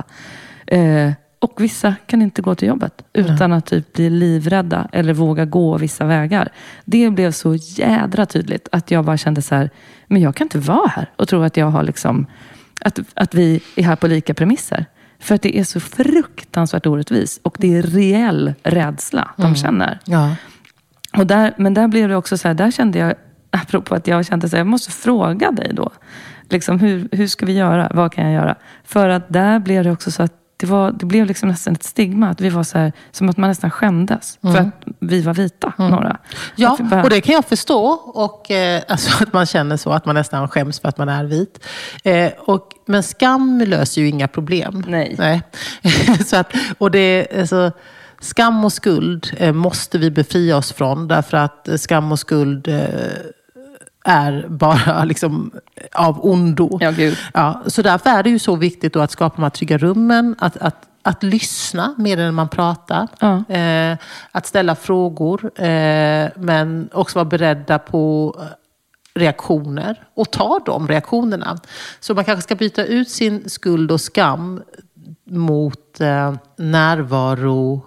Och vissa kan inte gå till jobbet utan att typ bli livrädda eller våga gå vissa vägar. Det blev så jädra tydligt att jag bara kände så här, men jag kan inte vara här och tro att jag har liksom, att vi är här på lika premisser. För att det är så fruktansvärt orättvis och det är reell rädsla de känner. Ja. Men där blev det också så här, där kände jag, apropå att jag kände så här, jag måste fråga dig då. Liksom, hur ska vi göra? Vad kan jag göra? För att där blev det också så att det blev liksom nästan ett stigma. Att vi var så här, som att man nästan skämdes. För att vi var vita, några. Ja, och det kan jag förstå. Och, alltså att man känner så, att man nästan skäms för att man är vit. Men skam löser ju inga problem. Nej. Så att, och det, alltså, skam och skuld måste vi befria oss från. Därför att skam och skuld är bara liksom av ondo. Ja, Gud. Ja, så därför är det ju så viktigt då att skapa de här trygga rummen. Att lyssna mer än man pratar. Ja. Att ställa frågor. Men också vara beredda på reaktioner. Och ta de reaktionerna. Så man kanske ska byta ut sin skuld och skam mot närvaro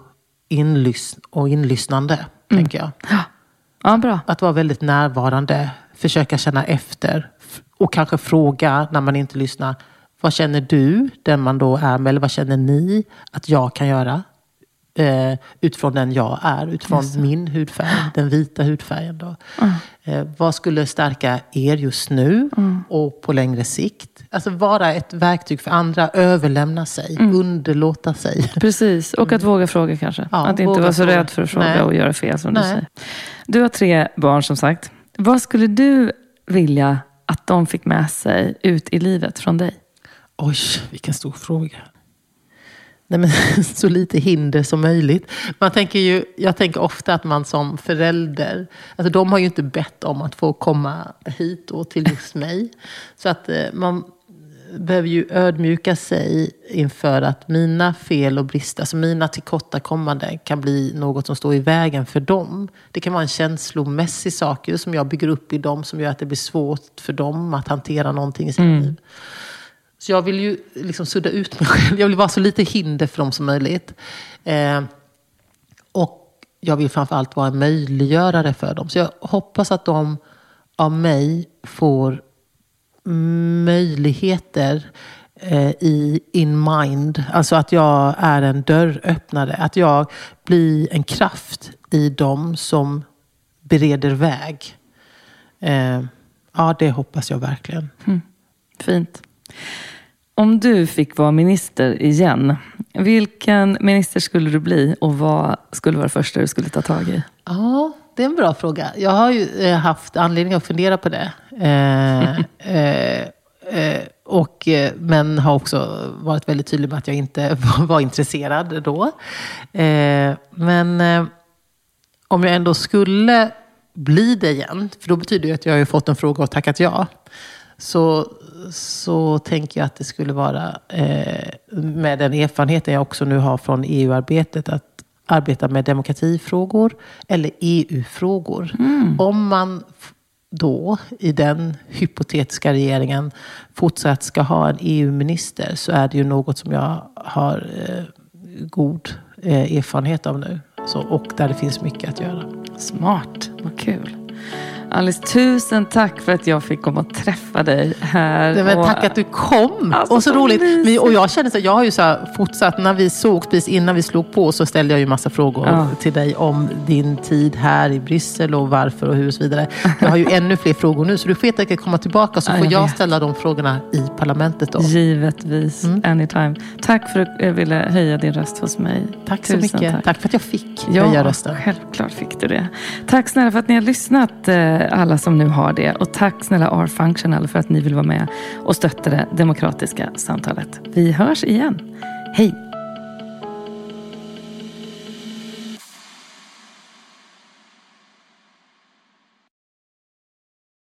och inlyssnande, tänker jag. Ja, bra. Att vara väldigt närvarande. Försöka känna efter. Och kanske fråga när man inte lyssnar. Vad känner du, den man då är med? Eller vad känner ni att jag kan göra? Utifrån den jag är. Utifrån min hudfärg. Den vita hudfärgen då. Vad skulle stärka er just nu? Och på längre sikt? Alltså vara ett verktyg för andra. Överlämna sig. Underlåta sig. Precis. Och att våga fråga kanske. Ja, att inte vara så rädd för att fråga och göra fel som du säger. Du har 3 barn som sagt. Vad skulle du vilja att de fick med sig ut i livet från dig? Oj, vilken stor fråga. Nej, men så lite hinder som möjligt. Jag tänker ofta att man som förälder, alltså de har ju inte bett om att få komma hit och till just mig. Så att behöver ju ödmjuka sig inför att mina fel och brister, alltså mina tillkortakommanden kan bli något som står i vägen för dem. Det kan vara en känslomässig sak som jag bygger upp i dem som gör att det blir svårt för dem att hantera någonting i sitt liv. Så jag vill ju liksom sudda ut mig själv. Jag vill vara så lite hinder för dem som möjligt. Och jag vill framförallt vara en möjliggörare för dem. Så jag hoppas att de av mig får möjligheter in mind. Alltså att jag är en dörröppnare. Att jag blir en kraft i dem som bereder väg. Ja, det hoppas jag verkligen. Fint. Om du fick vara minister igen, vilken minister skulle du bli och vad skulle vara det första du skulle ta tag i? Ja, det är en bra fråga. Jag har ju haft anledning att fundera på det. Men har också varit väldigt tydlig med att jag inte var intresserad då. Men om jag ändå skulle bli det igen, för då betyder det att jag har fått en fråga och tackat ja. Så tänker jag att det skulle vara med den erfarenheten jag också nu har från EU-arbetet att arbeta med demokratifrågor eller EU-frågor. Om man då i den hypotetiska regeringen fortsatt ska ha en EU-minister så är det ju något som jag har god erfarenhet av nu. Och där det finns mycket att göra. Smart, vad kul. Alice, tusen tack för att jag fick komma och träffa dig här. Men tack att du kom. Alltså, och så roligt. Och jag kände så, jag har ju så här fortsatt, när vi såg, precis innan vi slog på så ställde jag ju massa frågor till dig om din tid här i Bryssel och varför och hur och så vidare. Jag har ju ännu fler frågor nu så du får helt enkelt komma tillbaka så får jag ställa de frågorna i parlamentet då. Givetvis, anytime. Tack för att jag ville höja din röst hos mig. Tack så mycket. Tack för att jag fick höja rösten. Självklart fick du det. Tack snälla för att ni har lyssnat, alla som nu har det. Och tack snälla R-Functional för att ni vill vara med och stötta det demokratiska samtalet. Vi hörs igen. Hej!